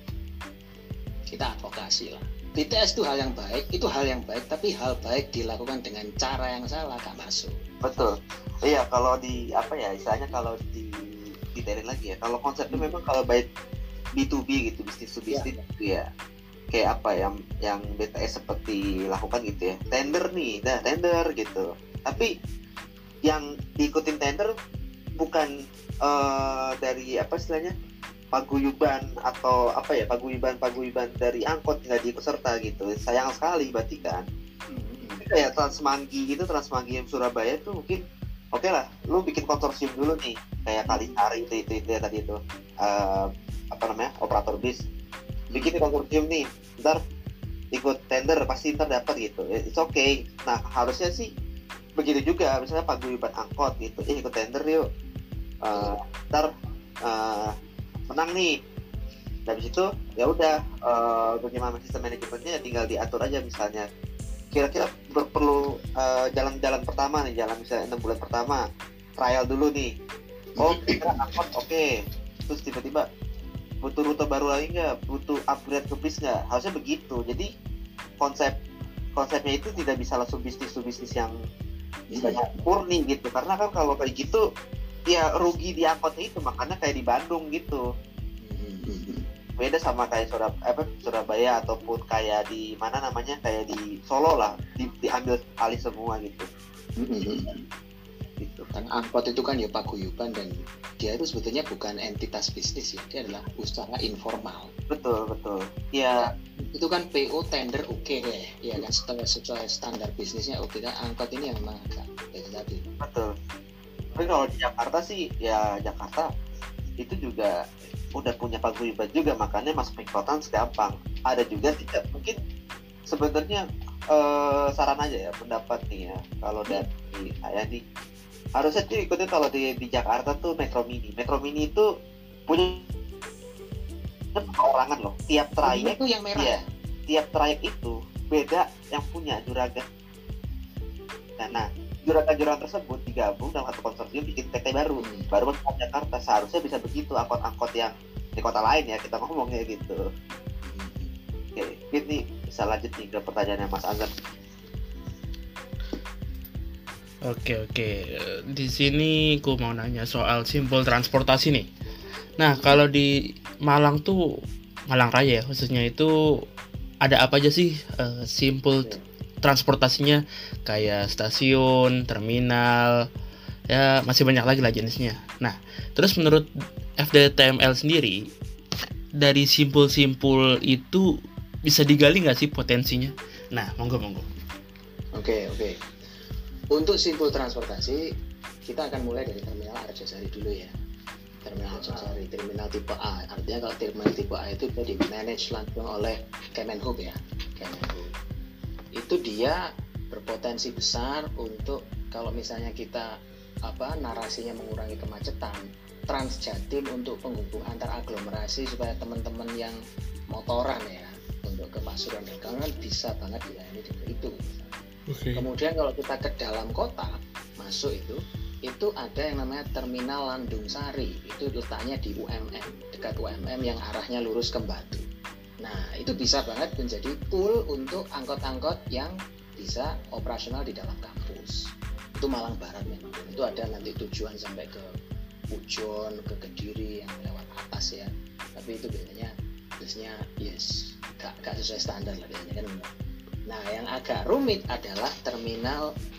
Kita advokasi lah. B T S itu hal yang baik, itu hal yang baik, tapi hal baik dilakukan dengan cara yang salah gak masuk. Betul. Iya kalau di apa ya istilahnya kalau di detailin lagi ya. Kalau konsepnya memang kalau baik B to B gitu, bisnis to bisnis ya. Gitu ya. Kayak apa yang yang B T S seperti lakukan gitu ya. Tender nih, dah tender gitu. Tapi yang diikutin tender bukan Uh, dari apa istilahnya paguyuban atau apa ya paguyuban paguyuban dari angkot nggak diikut serta gitu, sayang sekali berarti kan. hmm. Kayak Transmanggi gitu, Transmanggi yang Surabaya tuh mungkin oke okay lah, lu bikin konsorsium dulu nih kayak Kalisari itu itu, itu ya tadi itu uh, apa namanya operator bis, bikin konsorsium nih, ntar ikut tender pasti ntar dapat gitu, it's okay. Nah harusnya sih begitu juga, misalnya paguyuban angkot gitu, eh ikut tender yuk. Uh, ntar uh, menang nih, dari situ ya udah uh, bagaimana sistem manajemennya tinggal diatur aja, misalnya kira-kira perlu uh, jalan-jalan pertama nih, jalan misalnya enam bulan pertama trial dulu nih, oh kita angkot oke okay. Terus tiba-tiba butuh rute baru lagi nggak, butuh upgrade ke bis nggak, harusnya begitu. Jadi konsep konsepnya itu tidak bisa langsung bisnis to bisnis yang banyak murni gitu, karena kan kalau kayak gitu ya rugi di angkotnya itu, makanya kayak di Bandung gitu. Beda sama kayak Surab- apa, Surabaya ataupun kayak di mana namanya kayak di Solo lah, di, diambil alih semua gitu. Gitu. Kan angkot itu kan ya paguyuban dan dia itu sebetulnya bukan entitas bisnis ya, dia adalah usaha informal. Betul betul. Ya itu kan P O tender oke okay deh, ya kan setelah sesuai standar bisnisnya oke okay, kan angkot ini yang memang agak beda tadi. Betul. Tapi kalau di Jakarta sih ya Jakarta itu juga udah punya paguyuban juga, makanya masuk perkotaan segampang. Ada juga tidak mungkin sebenarnya eh, saran aja ya, pendapat nih ya, kalau dari saya nih harusnya tuh ikutin kalau di, di Jakarta tuh Metro Mini. Metro Mini itu punya perorangan loh, tiap trayek itu yang merah ya, tiap trayek itu beda yang punya juragan. Nah, nah juragan-juragan tersebut digabung dalam satu konsorsium bikin P T baru, hmm. baru masuk Jakarta. Seharusnya bisa begitu angkot-angkot yang di kota lain ya, kita ngomongnya gitu. hmm. Oke, ini bisa lanjut nih ke pertanyaannya Mas Azam. Oke oke, di sini aku mau nanya soal simbol transportasi nih. Nah kalau di Malang tuh, Malang Raya ya khususnya, itu ada apa aja sih uh, simbol t- transportasinya, kayak stasiun, terminal, ya masih banyak lagi lah jenisnya. Nah, terus menurut F D T M L sendiri, dari simpul-simpul itu bisa digali nggak sih potensinya? Nah, monggo monggo. Oke oke. Untuk simpul transportasi, kita akan mulai dari terminal Arjosari dulu ya. Terminal Arjosari, terminal tipe A. Artinya kalau terminal tipe A itu di manage langsung oleh Kemenhub ya. Kemenhub. Itu dia berpotensi besar untuk kalau misalnya kita apa narasinya mengurangi kemacetan, Transjatim untuk penghubung antar aglomerasi supaya teman-teman yang motoran ya untuk ke Pasuruan dan kawan bisa banget dilayani dengan itu. Okay. Kemudian kalau kita ke dalam kota masuk itu itu ada yang namanya terminal Landung Sari, itu letaknya di U M M, dekat U M M yang arahnya lurus ke Batu. Nah, itu bisa banget menjadi pool untuk angkot-angkot yang bisa operasional di dalam kampus. Itu Malang Barat memang. Itu ada nanti tujuan sampai ke Pujon, ke Kediri yang lewat atas ya. Tapi itu biasanya biasanya yes, gak, gak sesuai standar lah biasanya kan. Nah, yang agak rumit adalah terminal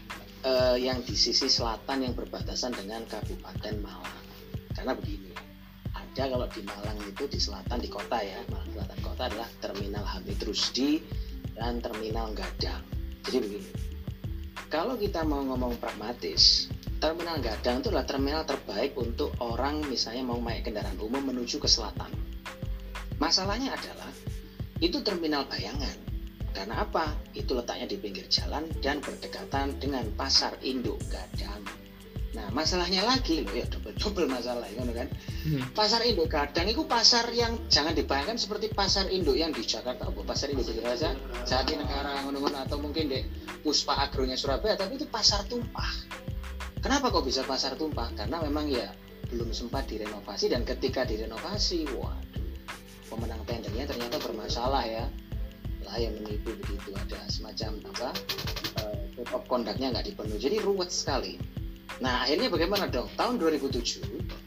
uh, yang di sisi selatan yang berbatasan dengan Kabupaten Malang. Karena begini, ada kalau di Malang itu di selatan di kota ya, Malang Selatan kota adalah Terminal Hamid Rusdi dan Terminal Gadang. Jadi begini, kalau kita mau ngomong pragmatis, Terminal Gadang itu adalah terminal terbaik untuk orang misalnya mau naik kendaraan umum menuju ke selatan. Masalahnya adalah itu terminal bayangan. Karena apa? Itu letaknya di pinggir jalan dan berdekatan dengan pasar induk Gadang. Nah, masalahnya lagi loh ya, double-double masalah ya kan. Hmm. Pasar induk Gadang itu pasar yang jangan dibayangkan seperti pasar induk yang di Jakarta, oh, pasar induk di Jakarta, Jatinegara ngono-ngono atau mungkin di Puspa Agronya Surabaya, tapi itu pasar tumpah. Kenapa kok bisa pasar tumpah? Karena memang ya belum sempat direnovasi, dan ketika direnovasi, waduh, pemenang tendernya ternyata bermasalah ya. Lah yang menipu begitu, ada semacam apa code uh, of conduct-nya nggak dipenuhi, jadi ruwet sekali. Nah akhirnya bagaimana dong? Tahun dua ribu tujuh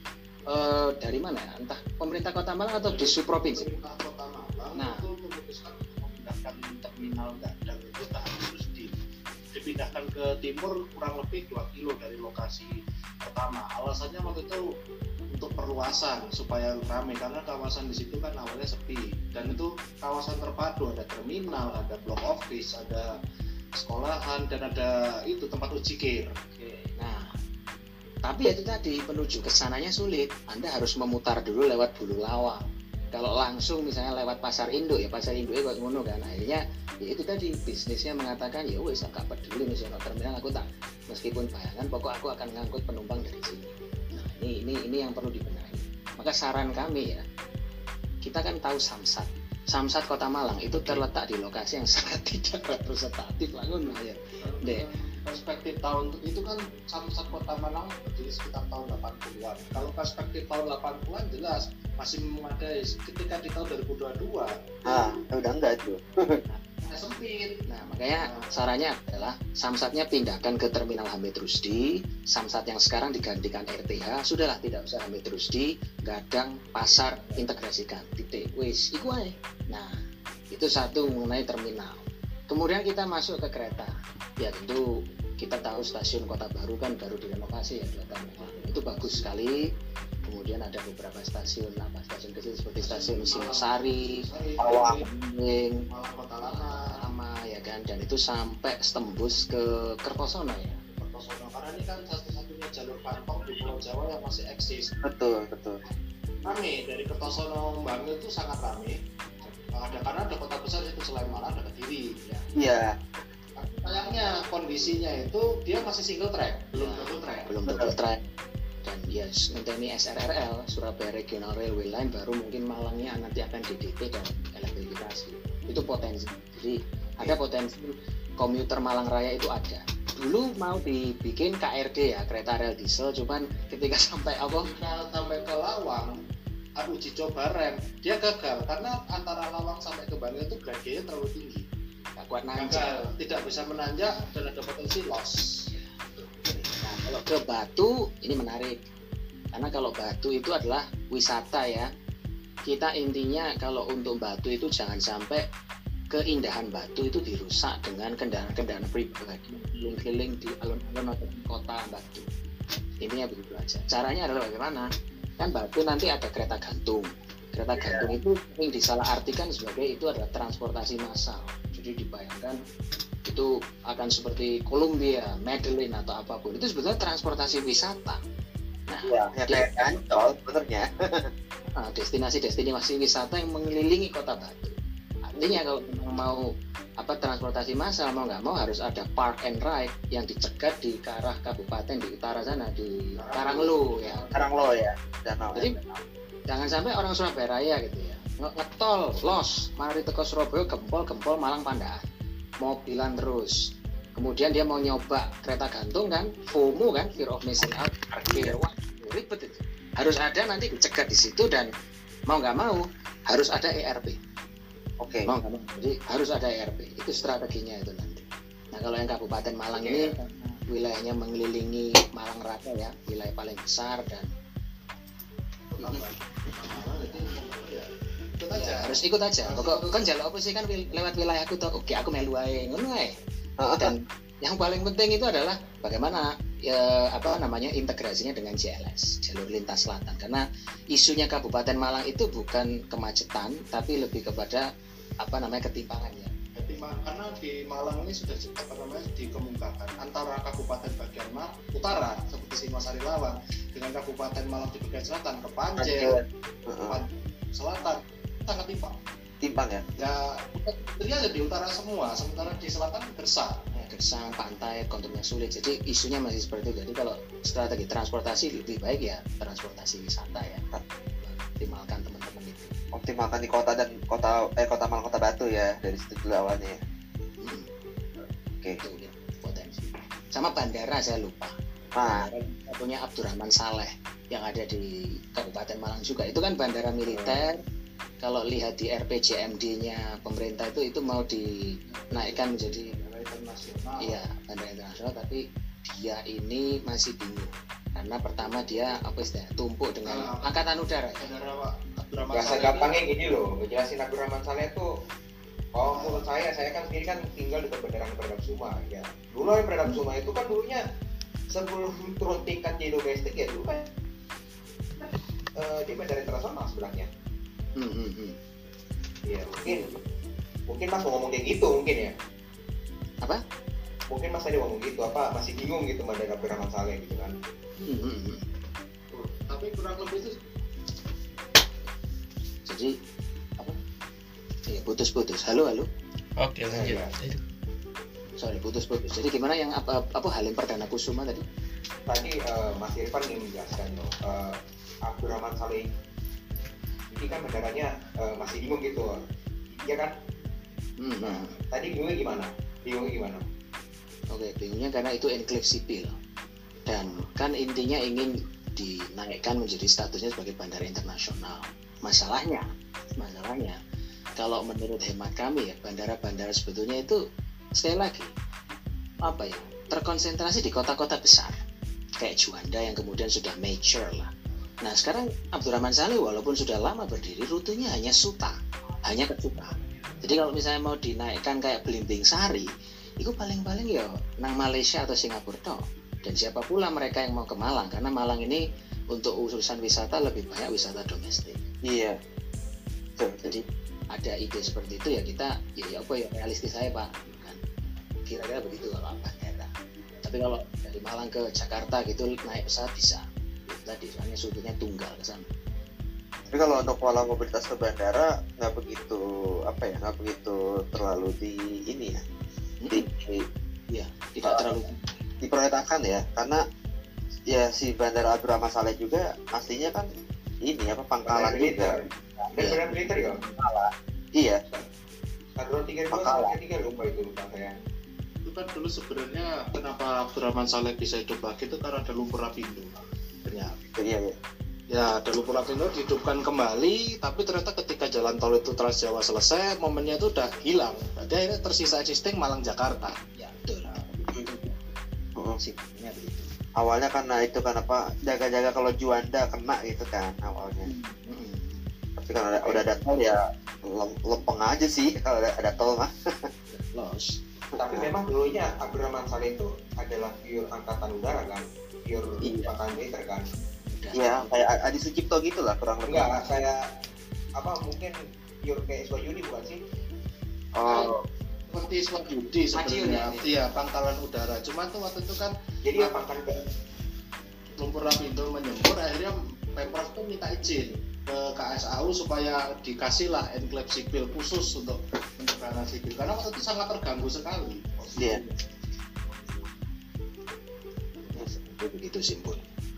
uh, dari mana? Entah pemerintah Kota Malang atau di subprovinsi? Pemerintah Kota Malang nah, itu memutuskan untuk memindahkan terminal Gadang itu ke Rusdi, dipindahkan ke timur kurang lebih dua kilo dari lokasi pertama. Alasannya waktu itu untuk perluasan supaya ramai, karena kawasan di situ kan awalnya sepi, dan itu kawasan terpadu, ada terminal, ada blok office, ada sekolahan, dan ada itu tempat ujikir. Oke. Nah, tapi itu tadi menuju ke sananya sulit. Anda harus memutar dulu lewat Bulu Lawang. Kalau langsung misalnya lewat Pasar Induk ya, Pasar Induk kok ngono kan. Akhirnya ya itu tadi bisnisnya mengatakan ya wes gak peduli misalnya terminal aku tak, meskipun bayangan pokok aku akan ngangkut penumpang dari sini. Ini, ini ini yang perlu dibenahi. Maka saran kami ya, kita kan tahu Samsat. Samsat Kota Malang itu terletak di lokasi yang sangat tidak representatif lah ngono ya. Dek, perspektif tahun itu kan Samsat Kota Malang berdiri sekitar tahun delapan puluhan. Kalau perspektif tahun delapan puluhan jelas masih memadai. Ketika di tahun dua ribu dua puluh dua ah, udah enggak itu. sempit. Nah, makanya sarannya adalah Samsatnya pindahkan ke Terminal Hamid Rusdi. Samsat yang sekarang digantikan R T H, sudahlah tidak usah Hamid Rusdi, Gadang, Pasar integrasikan. Titik wis iku ae. Nah, itu satu mengenai terminal. Kemudian kita masuk ke kereta. Ya tentu kita tahu stasiun Kota Baru kan baru direnovasi ya dua tahun lalu. Itu bagus sekali. Kemudian ada beberapa stasiun apa stasiun kecil seperti stasiun Singosari, Malang, Malang Kota Lama, Lama ya kan, dan itu sampai tembus ke Kertosono ya. Kertosono karena ini kan satu-satunya jalur pantong di Pulau Jawa yang masih eksis. Betul, betul. Rame dari Kertosono Bangil itu sangat rame. Ada karena ada kota besar itu selain Malang ada Kediri. Ya. Iya. Sayangnya kondisinya itu dia masih single track, belum double track. Belum double track. Dan ya yes, ini S R R L Surabaya Regional Railway Line baru mungkin Malangnya nanti akan di D P dan elektrifikasi. Itu potensi. Jadi ada potensi komuter Malang Raya itu ada. Dulu mau dibikin K R D ya, kereta rel diesel, cuman ketika sampai apa? Ketika sampai ke Lawang, ada uji coba rem, dia gagal karena antara Lawang sampai ke Bangil itu gradiennya terlalu tinggi. Gak kuat nanjak, tidak bisa menanjak dan ada potensi loss. Nah, kalau ke Batu ini menarik, karena kalau Batu itu adalah wisata ya. Kita intinya kalau untuk Batu itu jangan sampai keindahan Batu itu dirusak dengan kendaraan-kendaraan pribadi keliling-keliling di alun-alun atau kota Batu. Intinya begitu aja. Caranya adalah bagaimana? Kan Batu nanti ada kereta gantung. Kereta gantung itu sering disalahartikan sebagai itu adalah transportasi massal. Jadi dibayangkan itu akan seperti Columbia, Medellin atau apapun. Itu sebetulnya transportasi wisata. Nah, ya, ya kayak Ancol sebenarnya. Nah, destinasi-destinasi wisata yang mengelilingi kota Batu. Artinya kalau mau apa transportasi massal mau nggak mau harus ada park and ride yang dicegat di ke arah kabupaten di utara sana di Karanglo ya. Karanglo ya. Danau. Jadi ya. Jangan sampai orang Surabaya Raya gitu ya ngetol los mari teko Surabaya gempol-gempol Malang Pandaan mobilan terus. Kemudian dia mau nyoba kereta gantung kan, FOMO kan, fear of missing out, parkir, wah ribet itu. Harus ada nanti dicegat di situ dan mau nggak mau harus ada E R P. Oke. Okay. Mau nggak mau, jadi harus ada E R P. Itu strateginya itu nanti. Nah kalau yang Kabupaten Malang okay. ini wilayahnya mengelilingi Malang Raya ya, wilayah paling besar dan ikut aja. Ya, harus ikut aja. Pokok kan jalur apa sih kan lewat wilayahku tuh. Oke, aku melu ae ngono ae. Dan yang paling penting itu adalah bagaimana ya, apa namanya integrasinya dengan J L S, jalur lintas selatan, karena isunya Kabupaten Malang itu bukan kemacetan tapi lebih kepada apa namanya ketimpangan ya. Ketimpangan karena di Malang ini sudah apa namanya dikemukakan antara Kabupaten bagian Ma- utara seperti Singosari Lawang dengan Kabupaten Malang di bagian selatan Kepanjen, Heeh. selatan sangat timpang. Timpang ya. Ya ternyata di utara semua, sementara di selatan gersang. Gersang, pantai, konturnya sulit. Jadi isunya masih seperti itu. Jadi kalau strategi transportasi lebih baik ya transportasi wisata ya. Optimalkan teman-teman itu. Optimalkan di kota dan kota eh kota Malang Kota Batu ya dari situ dulu awalnya. Ya. Hmm, Oke. itu ya, potensi. Sama bandara saya lupa. Nah, Bandara punya Abdurrahman Saleh yang ada di Kabupaten Malang juga. Itu kan bandara militer. Kalau lihat di R P J M D-nya pemerintah itu itu mau dinaikkan menjadi Internasional. iya bandara internasional, tapi dia ini masih bingung karena pertama dia apa istilahnya tumpuk dengan Ah. angkatan udara. Bandara Abdurrahman Bahasa Saleh gampangnya gini loh, ngejelasin Abdurrahman Saleh tuh, kalau menurut saya, saya kan sendiri kan tinggal di Bandara Perdam Suma ya. Dulu yang Perdam Suma itu kan dulunya sebelum turun tingkat di domestik ya dulu kan eh, di bandara internasional sebenarnya. Hmm, hmm, hmm. Iya mungkin mungkin Mas mau ngomong kayak gitu mungkin ya. Apa? Mungkin Mas tadi ngomong gitu apa masih bingung gitu Bandara Abdurrahman Saleh gitu kan. Hmm, hmm, hmm. tapi kurang lebih itu Jadi apa? Iya putus-putus. Halo halo. Oke, lanjut. Iya. Sorry putus-putus. Jadi gimana yang apa apa Halim Perdana Kusuma tadi? Tadi eh, Mas Irfan ingin menjelaskan loh, eh, Abdurrahman Saleh ini kan bandaranya eh, masih bingung gitu, iya kan? Hmm, Nah, hmm. tadi bingungnya gimana? Bingungnya gimana? Oke, bingungnya karena itu enklave sipil dan kan intinya ingin dinaikkan menjadi statusnya sebagai bandara internasional. Masalahnya, masalahnya kalau menurut hemat kami ya bandara-bandara sebetulnya itu sekali lagi apa ya terkonsentrasi di kota-kota besar kayak Juanda yang kemudian sudah mature lah. Nah sekarang Abdurrahman Saleh walaupun sudah lama berdiri rutenya hanya Suta, hanya ke Suta. Jadi kalau misalnya mau dinaikkan kayak Belimbing Sari, itu paling-paling ya nang Malaysia atau Singapura toh. Dan siapa pula mereka yang mau ke Malang karena Malang ini untuk urusan wisata lebih banyak wisata domestik. iya. Betul. Jadi ada ide seperti itu ya kita ya, ya apa ya realistis saya Pak kan kira-kira begitu kalau bandara. Tapi kalau dari Malang ke Jakarta gitu naik pesawat bisa. Tadi soalnya sudutnya tunggal ke sana. Tapi kalau untuk pola mobilitas ke bandara nggak begitu apa ya nggak begitu terlalu di ini ya di, di, Iya, tidak Uh, terlalu diprioritaskan ya karena ya si bandara Abdurrahman Saleh juga aslinya kan ini apa pangkalan Bandara militer. juga Dan Iya. bandara militer ya? iya Skadron tiga puluh dua Pangkalan. sampai tiga lupa itu lupa saya. itu kan dulu sebenarnya kenapa Abdurrahman Saleh bisa hidup lagi itu karena ada lumpur lapindo ternyata. iya iya Ya ada lumpur lapindo dihidupkan kembali, tapi ternyata ketika jalan tol itu Trans Jawa selesai, momennya itu udah hilang. Jadi akhirnya tersisa existing Malang Jakarta. ya betul. Heeh. Simpelnya begitu. awalnya karena itu kan apa jaga-jaga kalau Juanda kena gitu kan awalnya Mm-mm. tapi kalau ada, udah ada tol ya lem- lempeng aja sih kalau ada, ada tol mah Los. Tapi memang dulunya Abdurrahman Saleh itu adalah pure angkatan udara kan, pure Iya. angkatan militer kan. Udah. ya kayak Adi Sucipto gitu lah kurang lebih Enggak kayak apa mungkin pure kayak Swayuni bukan sih? oh Seperti Swabudi sebenarnya, Madiun, iya pangkalan udara. Cuman tuh waktu itu kan Jadi apa kan ke lumpur lapindo menyembur, akhirnya Pemprov tuh minta izin ke K S A U supaya dikasihlah enklave sipil khusus untuk pencegahan sipil karena waktu itu sangat terganggu sekali. Iya. Itu begitu simpul.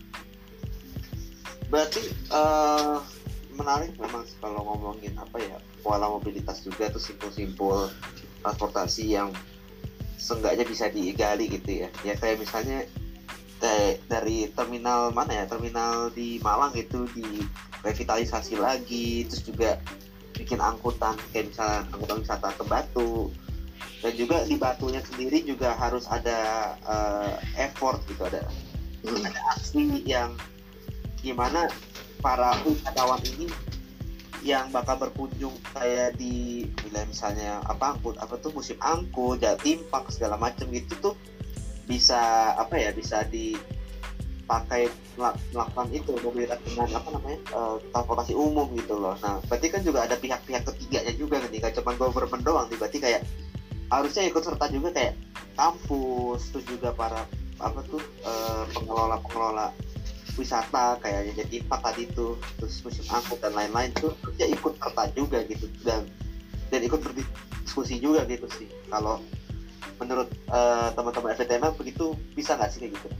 berarti eh, menarik memang sih kalau ngomongin apa ya pola mobilitas juga tuh simpul-simpul transportasi yang seenggaknya bisa digali gitu ya ya kayak misalnya kayak dari terminal mana ya terminal di Malang itu direvitalisasi lagi terus juga bikin angkutan kayak misalnya angkutan wisata ke Batu dan juga di Batunya sendiri juga harus ada eh, effort gitu ada Hmm. ada aksi yang gimana para wisatawan ini yang bakal berkunjung kayak di wilayah misalnya apa angkut apa tuh musim angkut Jatim Park segala macam gitu tuh bisa apa ya bisa dipakai melakukan itu mobilitas dengan apa namanya uh, transportasi umum gitu loh. Nah berarti kan juga ada pihak-pihak ketiganya juga kan, nggak cuma government doang nih, berarti kayak harusnya ikut serta juga kayak kampus, terus juga para apa tuh uh, pengelola-pengelola wisata kayak jadi Impact tadi tuh, terus museum angkut dan lain-lain tuh harusnya ikut serta juga gitu dan dan ikut berdiskusi juga gitu sih. Kalau menurut uh, teman-teman F T M begitu bisa nggak sih kayak gitu?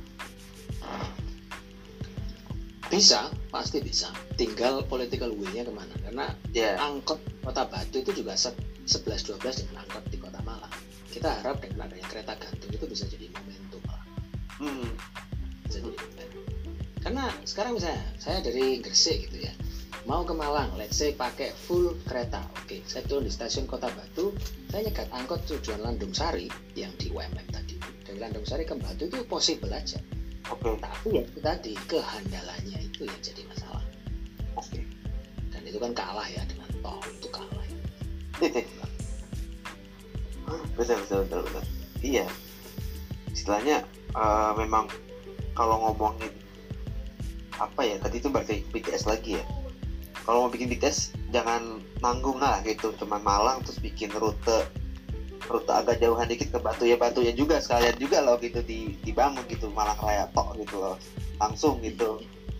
Bisa, pasti bisa. Tinggal political will-nya kemana. Karena yeah. angkot Kota Batu itu juga sebelas dua belas dengan angkot di Kota Malang. Kita harap dengan adanya kereta gantung itu bisa jadi momentum lah. Hmm. Bisa jadi momentum. Karena sekarang misalnya saya dari Gresik gitu ya, mau ke Malang, let's say pakai full kereta. Oke, saya turun di stasiun Kota Batu, saya nyegat angkot tujuan Landung Sari yang di U M M tadi. Dari Landung Sari ke Batu itu possible aja. Oke. Okay. Tapi ya itu tadi kehandalannya itu yang jadi masalah. Oke. Okay. Dan itu kan kalah ya dengan tol, itu kalah. Ya. betul betul betul betul. Iya. Istilahnya uh, memang kalau ngomongin apa ya tadi itu berarti B T S lagi ya. Kalau mau bikin B T S jangan nanggung lah gitu, cuman Malang terus bikin rute rute agak jauhan dikit ke Batu ya, Batunya juga sekalian juga loh gitu di, dibangun gitu Malang Raya tok gitu loh langsung gitu.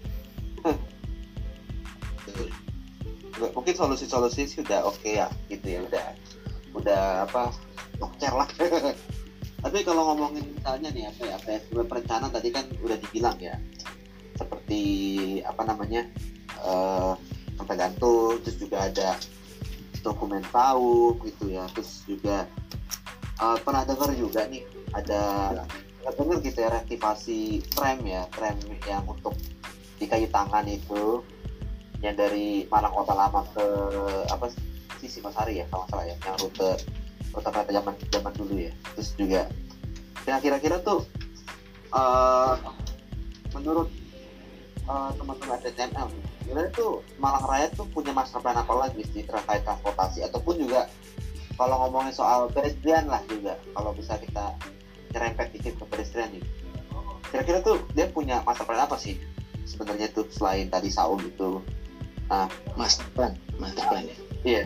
Mungkin solusi-solusi sih udah oke okay ya gitu ya, udah udah apa nokcer lah. Tapi kalau ngomongin misalnya nih apa ya apa ya perencanaan tadi kan udah dibilang ya seperti apa namanya uh, sampai gantung, terus juga ada dokumen tahu gitu ya, terus juga uh, pernah dengar juga nih ada nggak dengar gitu ya reaktivasi tram ya tram yang untuk di kayu tangan itu yang dari Malang Kota Lama ke apa sih Singosari ya kalau salah ya, yang rute rute kereta zaman zaman dulu ya. Terus juga dan kira-kira tuh uh, menurut uh, teman-teman F T M L sebenarnya tuh Malang Raya tuh punya master plan apa lagi sih terkait transportasi, ataupun juga kalau ngomongin soal pedestrian lah juga, kalau bisa kita nyerempet dikit ke pedestrian nih, kira-kira tuh dia punya master plan apa sih sebenarnya tuh selain tadi Saul itu? Nah, master plan, master plan ya. Iya.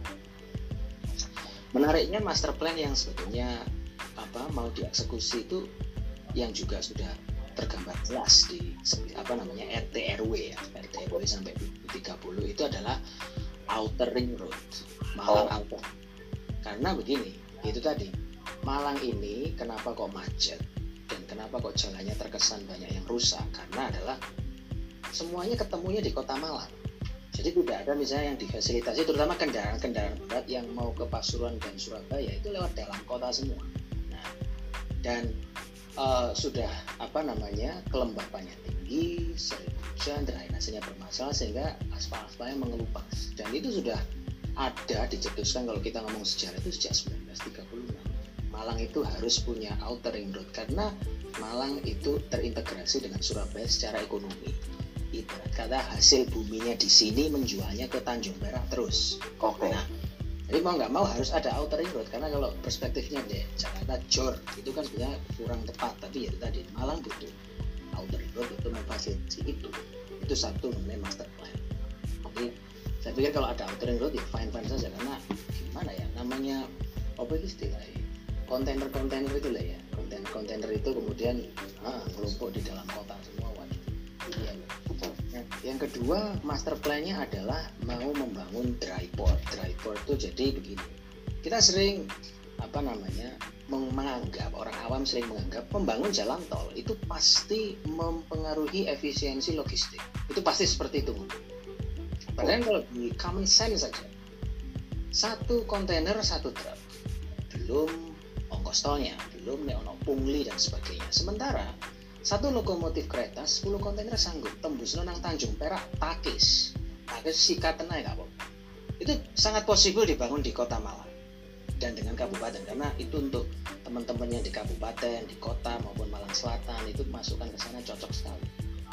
Menariknya master plan yang sebetulnya apa mau dieksekusi itu yang juga sudah tergambar jelas di apa namanya R T R W ya, R T R W sampai dua ribu tiga puluh itu adalah Outer Ring Road, Malang oh. Outer. Karena begini, itu tadi Malang ini kenapa kok macet dan kenapa kok jalannya terkesan banyak yang rusak, karena adalah semuanya ketemunya di Kota Malang. Jadi tidak ada misalnya yang difasilitasi, terutama kendaraan-kendaraan berat yang mau ke Pasuruan dan Surabaya itu lewat dalam kota semua. Nah, dan uh, sudah apa namanya kelembapannya tinggi, sering hujan, drainasenya bermasalah sehingga aspal-aspalnya mengelupas. Dan itu sudah ada dicetuskan kalau kita ngomong sejarah itu sejak seribu sembilan ratus tiga puluh enam. Malang itu harus punya Outer Ring Road karena Malang itu terintegrasi dengan Surabaya secara ekonomi. Ibarat kata hasil buminya di sini menjualnya ke Tanjung Perak terus. Oke. Okay. Nah, jadi mau nggak mau harus ada Outer Ring Road karena kalau perspektifnya di Jakarta Jor itu kan sebenarnya kurang tepat, tapi ya tadi Malang butuh Outer Ring Road untuk memfasilitasi itu. Itu satu namanya master plan. Jadi saya pikir kalau ada Outer Ring Road ya fine fine saja, karena gimana ya namanya apa istilahnya kontainer-kontainer itu lah ya, kontainer-kontainer itu kemudian ah, ngelumpuk di dalam kota semua. Waduh. Iya. Nah, yang kedua master plan-nya adalah mau membangun dry port. Dry port itu jadi begini. Kita sering apa namanya menganggap, orang awam sering menganggap membangun jalan tol itu pasti mempengaruhi efisiensi logistik. Itu pasti seperti itu. Padahal kalau di common sense saja, satu kontainer satu truk, belum ongkos tolnya, belum neono pungli dan sebagainya. Sementara satu lokomotif kereta sepuluh kontainer sanggup tembus nang Tanjung Perak Takis. Takis sikatan aja nggak apa-apa. Itu sangat possible dibangun di Kota Malang dan dengan kabupaten, karena itu untuk teman-teman yang di kabupaten, di kota maupun Malang Selatan itu masukkan ke sana cocok sekali.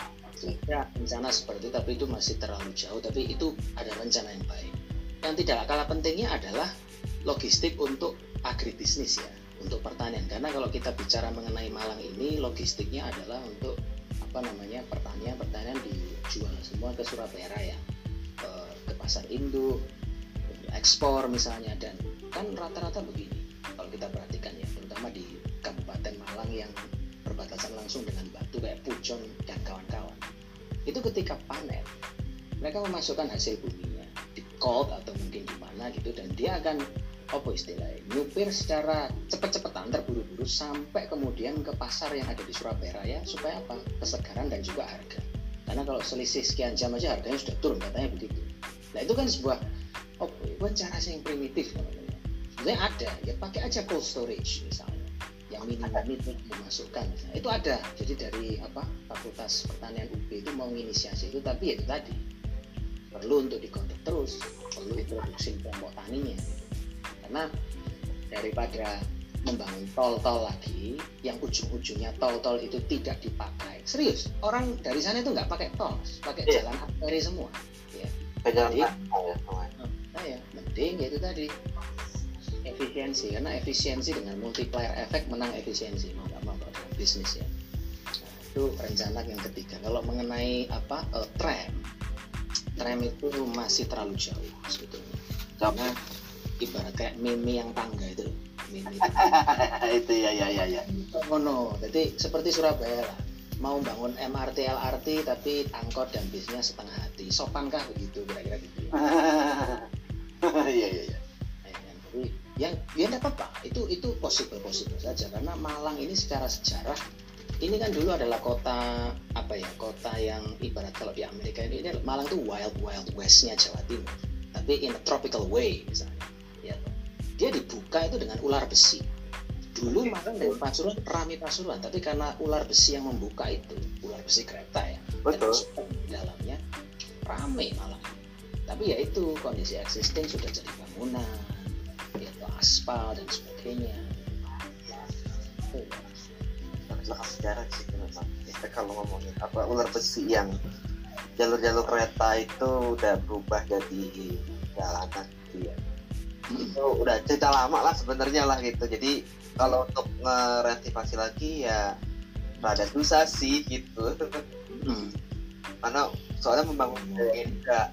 Ya, rencana seperti itu, tapi itu masih terlalu jauh, tapi itu ada rencana yang baik. Yang tidak kalah pentingnya adalah logistik untuk agribisnis ya, untuk pertanian. Karena kalau kita bicara mengenai Malang ini, logistiknya adalah untuk apa namanya pertanian pertanian dijual semua ke Surabaya Raya, ke, ke pasar induk, ekspor misalnya. Dan kan rata-rata begini kalau kita perhatikan ya, terutama di Kabupaten Malang yang berbatasan langsung dengan Batu kayak Pujon dan kawan-kawan, itu ketika panen mereka memasukkan hasil buminya di cold atau mungkin di mana gitu, dan dia akan apa istilahnya nyupir secara cepet-cepetan terburu-buru sampai kemudian ke pasar yang ada di Surabaya Raya supaya apa, kesegaran dan juga harga. Karena kalau selisih sekian jam aja harganya sudah turun katanya begitu. Nah itu kan sebuah apa bukan cara yang primitif namanya. Sebenarnya ada ya, pakai aja cold storage misalnya yang minimum itu dimasukkan misalnya. Itu ada. Jadi dari apa Fakultas Pertanian U B itu mau inisiasi itu, tapi ya itu tadi perlu untuk digodok terus, perlu introduksi kelompok taninya. Karena daripada membangun tol-tol lagi yang ujung-ujungnya tol-tol itu tidak dipakai, serius orang dari sana itu nggak pakai tol, pakai yeah. jalan arteri semua ya. Jadi, nah ya mending ya itu tadi efisiensi, karena efisiensi dengan multiplier efek menang efisiensi, mau nggak mau kalau bisnis ya. Nah, itu rencana yang ketiga. Kalau mengenai apa uh, tram tram itu masih terlalu jauh sebetulnya, karena ibarat kayak meme yang tangga itu loh, meme itu. Itu ya ya ya ya. Oh no, jadi seperti Surabaya lah, mau bangun M R T L R T tapi angkot dan bisnya setengah hati, sopankah begitu kira-kira gitu? Iya iya iya. Jadi yang ya tidak apa-apa, itu itu possible possible saja, karena Malang ini secara sejarah ini kan dulu adalah kota apa ya, kota yang ibarat kalau di Amerika ini, ini Malang itu wild wild westnya Jawa Timur, tapi in a tropical way misalnya. Ya, dia dibuka itu dengan ular besi. Dulu Malang dari Pasuruan rame Pasuruan, tapi karena ular besi yang membuka itu, ular besi kereta ya, betul. Dan di dalamnya rame Malang. Tapi ya itu kondisi existing sudah jadi bangunan, yaitu aspal dan sebagainya. Belakang sejarah sih memang. Kita kalau ngomongin apa ular besi yang jalur-jalur kereta itu udah berubah jadi jalanan gitu ya. Itu udah cerita lama lah sebenarnya lah gitu. Jadi kalau untuk ngereaktivasi lagi ya rada susah sih gitu. Hmm. Karena soalnya membangun juga.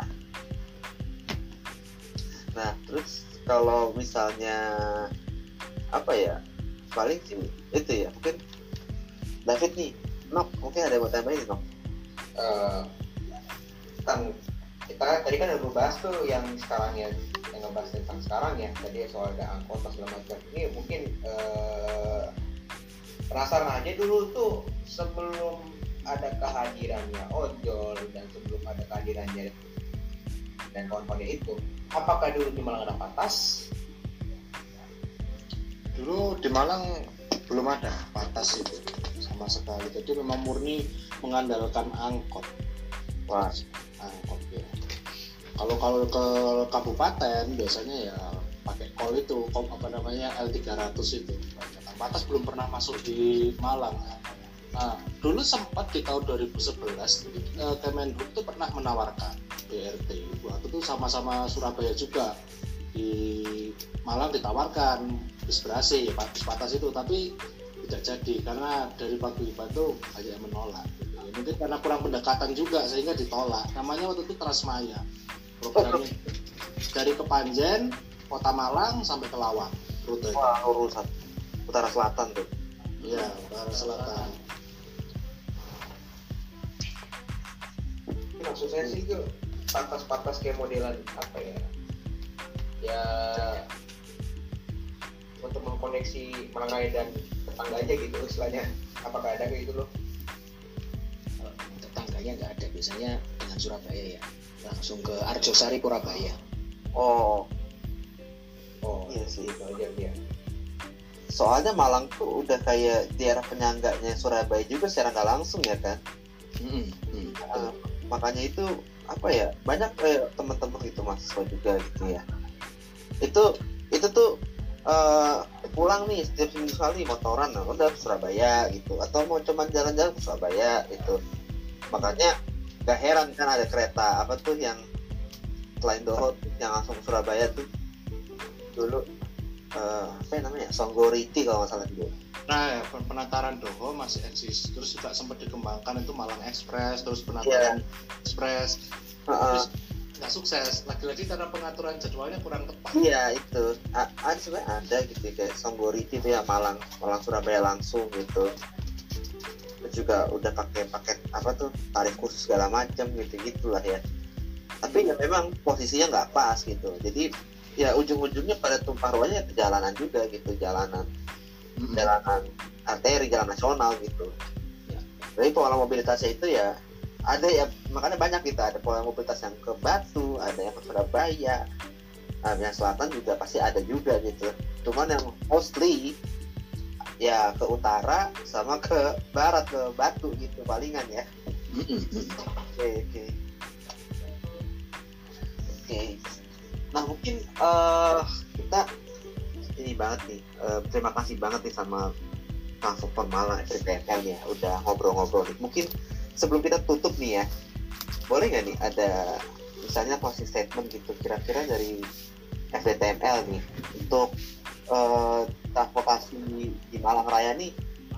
Nah terus kalau misalnya apa ya, paling sih itu ya mungkin David nih, Nok mungkin ada yang mau tambahin Nok? Uh, kan kita tadi kan udah membahas tuh yang sekarang ya, yang ngebahas tentang sekarang ya, tadi soal ada angkot segala macam. Ini mungkin uh, penasaran aja dulu tuh sebelum ada kehadirannya ojol dan sebelum ada kehadirannya dan kawan-kawannya itu, apakah dulu di Malang ada patas? Dulu di Malang belum ada patas itu sama sekali, jadi memang murni mengandalkan angkot. Wah, angkot ya. Kalau kalau ke kabupaten biasanya ya pakai kol itu, kol apa namanya L tiga ratus itu. Patas belum pernah masuk di Malang. Nah, dulu sempat di tahun dua ribu sebelas Kemenhub itu pernah menawarkan B R T. Waktu itu sama-sama Surabaya juga. Di Malang ditawarkan bis berasi, bis patas itu, tapi tidak jadi karena dari paguyuban itu banyak yang menolak. Ya, mungkin karena kurang pendekatan juga sehingga ditolak. Namanya waktu itu Transmaya. Programnya dari Kepanjen, Kota Malang sampai ke Lawang rute. Wah, urusan utara selatan tuh. Iya, utara selatan. Maksud saya sih itu patas-patas kayak modelan apa ya? Ya untuk mengkoneksi Malang Raya dan tetangga aja gitu istilahnya. Apakah ada kayak gitu loh? Kalau tetangganya nggak ada, biasanya dengan Surabaya ya, langsung ke Arjosari Purabaya. Oh, oh iya sih itu aja dia. Soalnya Malang tuh udah kayak daerah penyangganya Surabaya juga secara nggak langsung ya kan. Hmm, hmm, uh, makanya itu apa ya, banyak eh, teman-teman gitu mahasiswa juga gitu ya. Itu itu tuh uh, pulang nih setiap seminggu sekali motoran, nah, udah ke Surabaya gitu, atau mau cuman jalan-jalan ke Surabaya gitu. Makanya gak heran kan ada kereta apa tuh yang selain Dohot yang langsung ke Surabaya tuh dulu uh, apa yang namanya Songgoriti kalau nggak salah dulu. Nah, ya, penataran Doho masih eksis. Terus juga sempat dikembangkan itu Malang Express, terus penataran yeah. Express. Uh-uh. Terus nggak sukses. Lagi-lagi karena pengaturan jadwalnya kurang tepat. Iya itu. A- ada sebenarnya ada gitu kayak Songgoriti itu ya Malang, Malang Surabaya langsung gitu. Terus juga udah pakai paket apa tuh tarif khusus segala macam gitu gitulah ya. Tapi ya memang posisinya nggak pas gitu. Jadi ya ujung-ujungnya pada tumpah ruahnya ke jalanan juga gitu, jalanan mm-hmm. jalanan arteri, jalan nasional gitu ya. Jadi pola mobilitasnya itu ya ada ya, makanya banyak gitu, ada pola mobilitas yang ke Batu, ada yang ke Surabaya, nah, yang selatan juga pasti ada juga gitu, cuman yang mostly ya ke utara sama ke barat, ke Batu gitu palingan ya. Oke oke oke nah mungkin uh, kita ini banget nih, uh, terima kasih banget nih sama Transport Malang F D T M L ya udah ngobrol-ngobrol nih. Mungkin sebelum kita tutup nih ya, boleh nggak nih ada misalnya closing statement gitu kira-kira dari F D T M L nih untuk uh, transportasi di Malang Raya nih,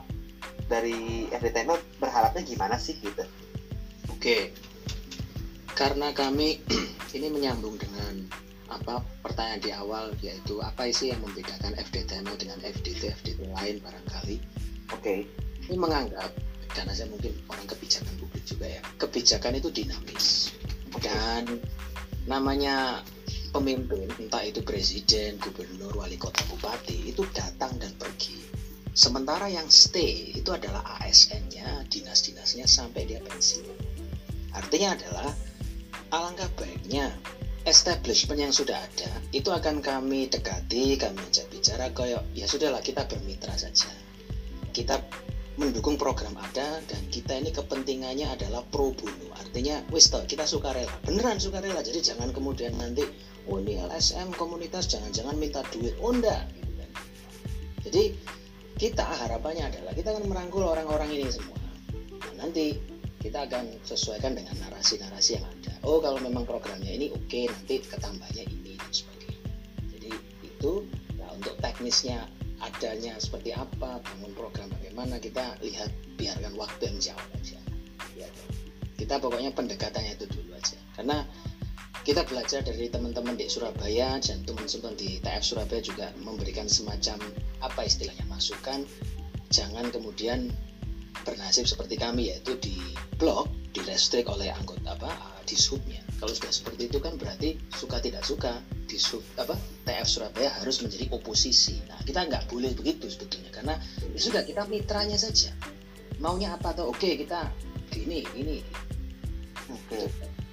dari F D T M L berharapnya gimana sih gitu? Oke, karena kami ini menyambung dengan apa pertanyaan di awal, yaitu apa sih yang membedakan F D T M L dengan F D T F D T lain barangkali. Oke. Ini menganggap, karena saya mungkin orang kebijakan publik juga ya, kebijakan itu dinamis dan namanya pemimpin, entah itu presiden, gubernur, wali kota, bupati, itu datang dan pergi. Sementara yang stay itu adalah A S N-nya, dinas-dinasnya sampai dia pensiun. Artinya adalah alangkah baiknya establishment yang sudah ada itu akan kami dekati, kami ajak bicara kayak ya sudahlah, kita bermitra saja, kita mendukung program ada, dan kita ini kepentingannya adalah pro bono, artinya wis toh kita sukarela, beneran sukarela. Jadi jangan kemudian nanti oh ini L S M komunitas jangan-jangan minta duit, oh enggak gitu kan. Jadi kita harapannya adalah kita akan merangkul orang-orang ini semua. Nah, nanti kita akan sesuaikan dengan narasi-narasi yang ada. Oh kalau memang programnya ini oke, okay, nanti ketambahnya ini dan sebagainya. Jadi itu ya, untuk teknisnya adanya seperti apa, bangun program bagaimana, kita lihat, biarkan waktu yang jauh aja ya. Kita pokoknya pendekatannya itu dulu aja, karena kita belajar dari teman-teman di Surabaya dan teman-teman di T F Surabaya juga memberikan semacam apa istilahnya masukan. Jangan kemudian bernasib seperti kami, yaitu di blok, direstrik oleh anggota apa di subnya. Kalau sudah seperti itu kan berarti suka tidak suka di sub apa T F Surabaya harus menjadi oposisi. Nah kita nggak boleh begitu sebetulnya, karena ya sudah, kita mitranya saja, maunya apa tuh, oke kita gini ini. Oke.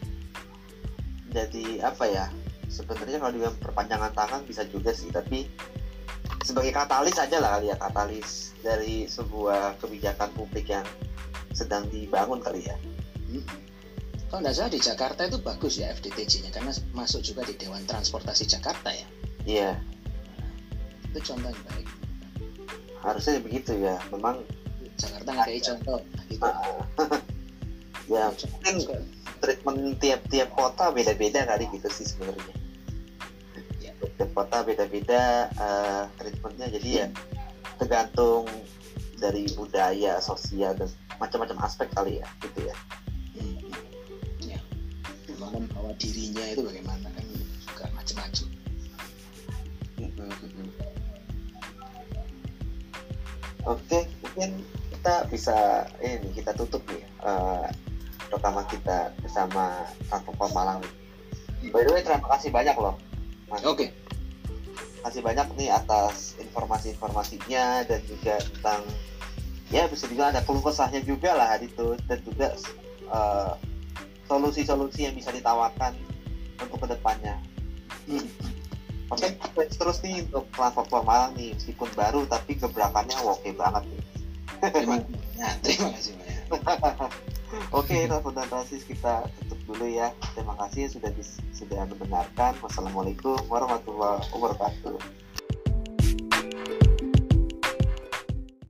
Jadi apa ya, sebenarnya kalau dibilang perpanjangan tangan bisa juga sih, tapi sebagai katalis aja lah kali ya, katalis dari sebuah kebijakan publik yang sedang dibangun kali ya. Hmm. Kalau nggak salah di Jakarta itu bagus ya F D T J-nya, karena masuk juga di Dewan Transportasi Jakarta ya. Iya. Nah, itu contoh yang baik. Harusnya begitu ya, memang Jakarta nggak kayak contoh gitu. Ya mungkin treatment tiap-tiap kota beda-beda kali gitu sih sebenarnya. Ya. Tiap kota beda-beda uh, treatmentnya, jadi ya tergantung dari budaya, sosial dan macam-macam aspek kali ya, gitu ya. Hmm. Ya, membawa dirinya itu bagaimana kan juga macam-macam. Hmm. Oke, mungkin kita bisa ini kita tutup nih uh, rekaman kita bersama Transport Malang. By the way, terima kasih banyak loh, Mas. Oke. Okay. Kasih banyak nih atas informasi-informasinya dan juga tentang ya bisa juga ada keluh kesahnya juga lah itu, dan juga uh, solusi-solusi yang bisa ditawarkan untuk kedepannya. Hmm. Oke, okay, terus nih untuk Transport Malang nih, meskipun baru tapi gebrakannya oke banget nih. Terima, ya, terima kasih banyak. Oke, transportasi kita tutup dulu ya. Terima kasih sudah dis- sudah mendengarkan. Wassalamualaikum warahmatullahi wabarakatuh.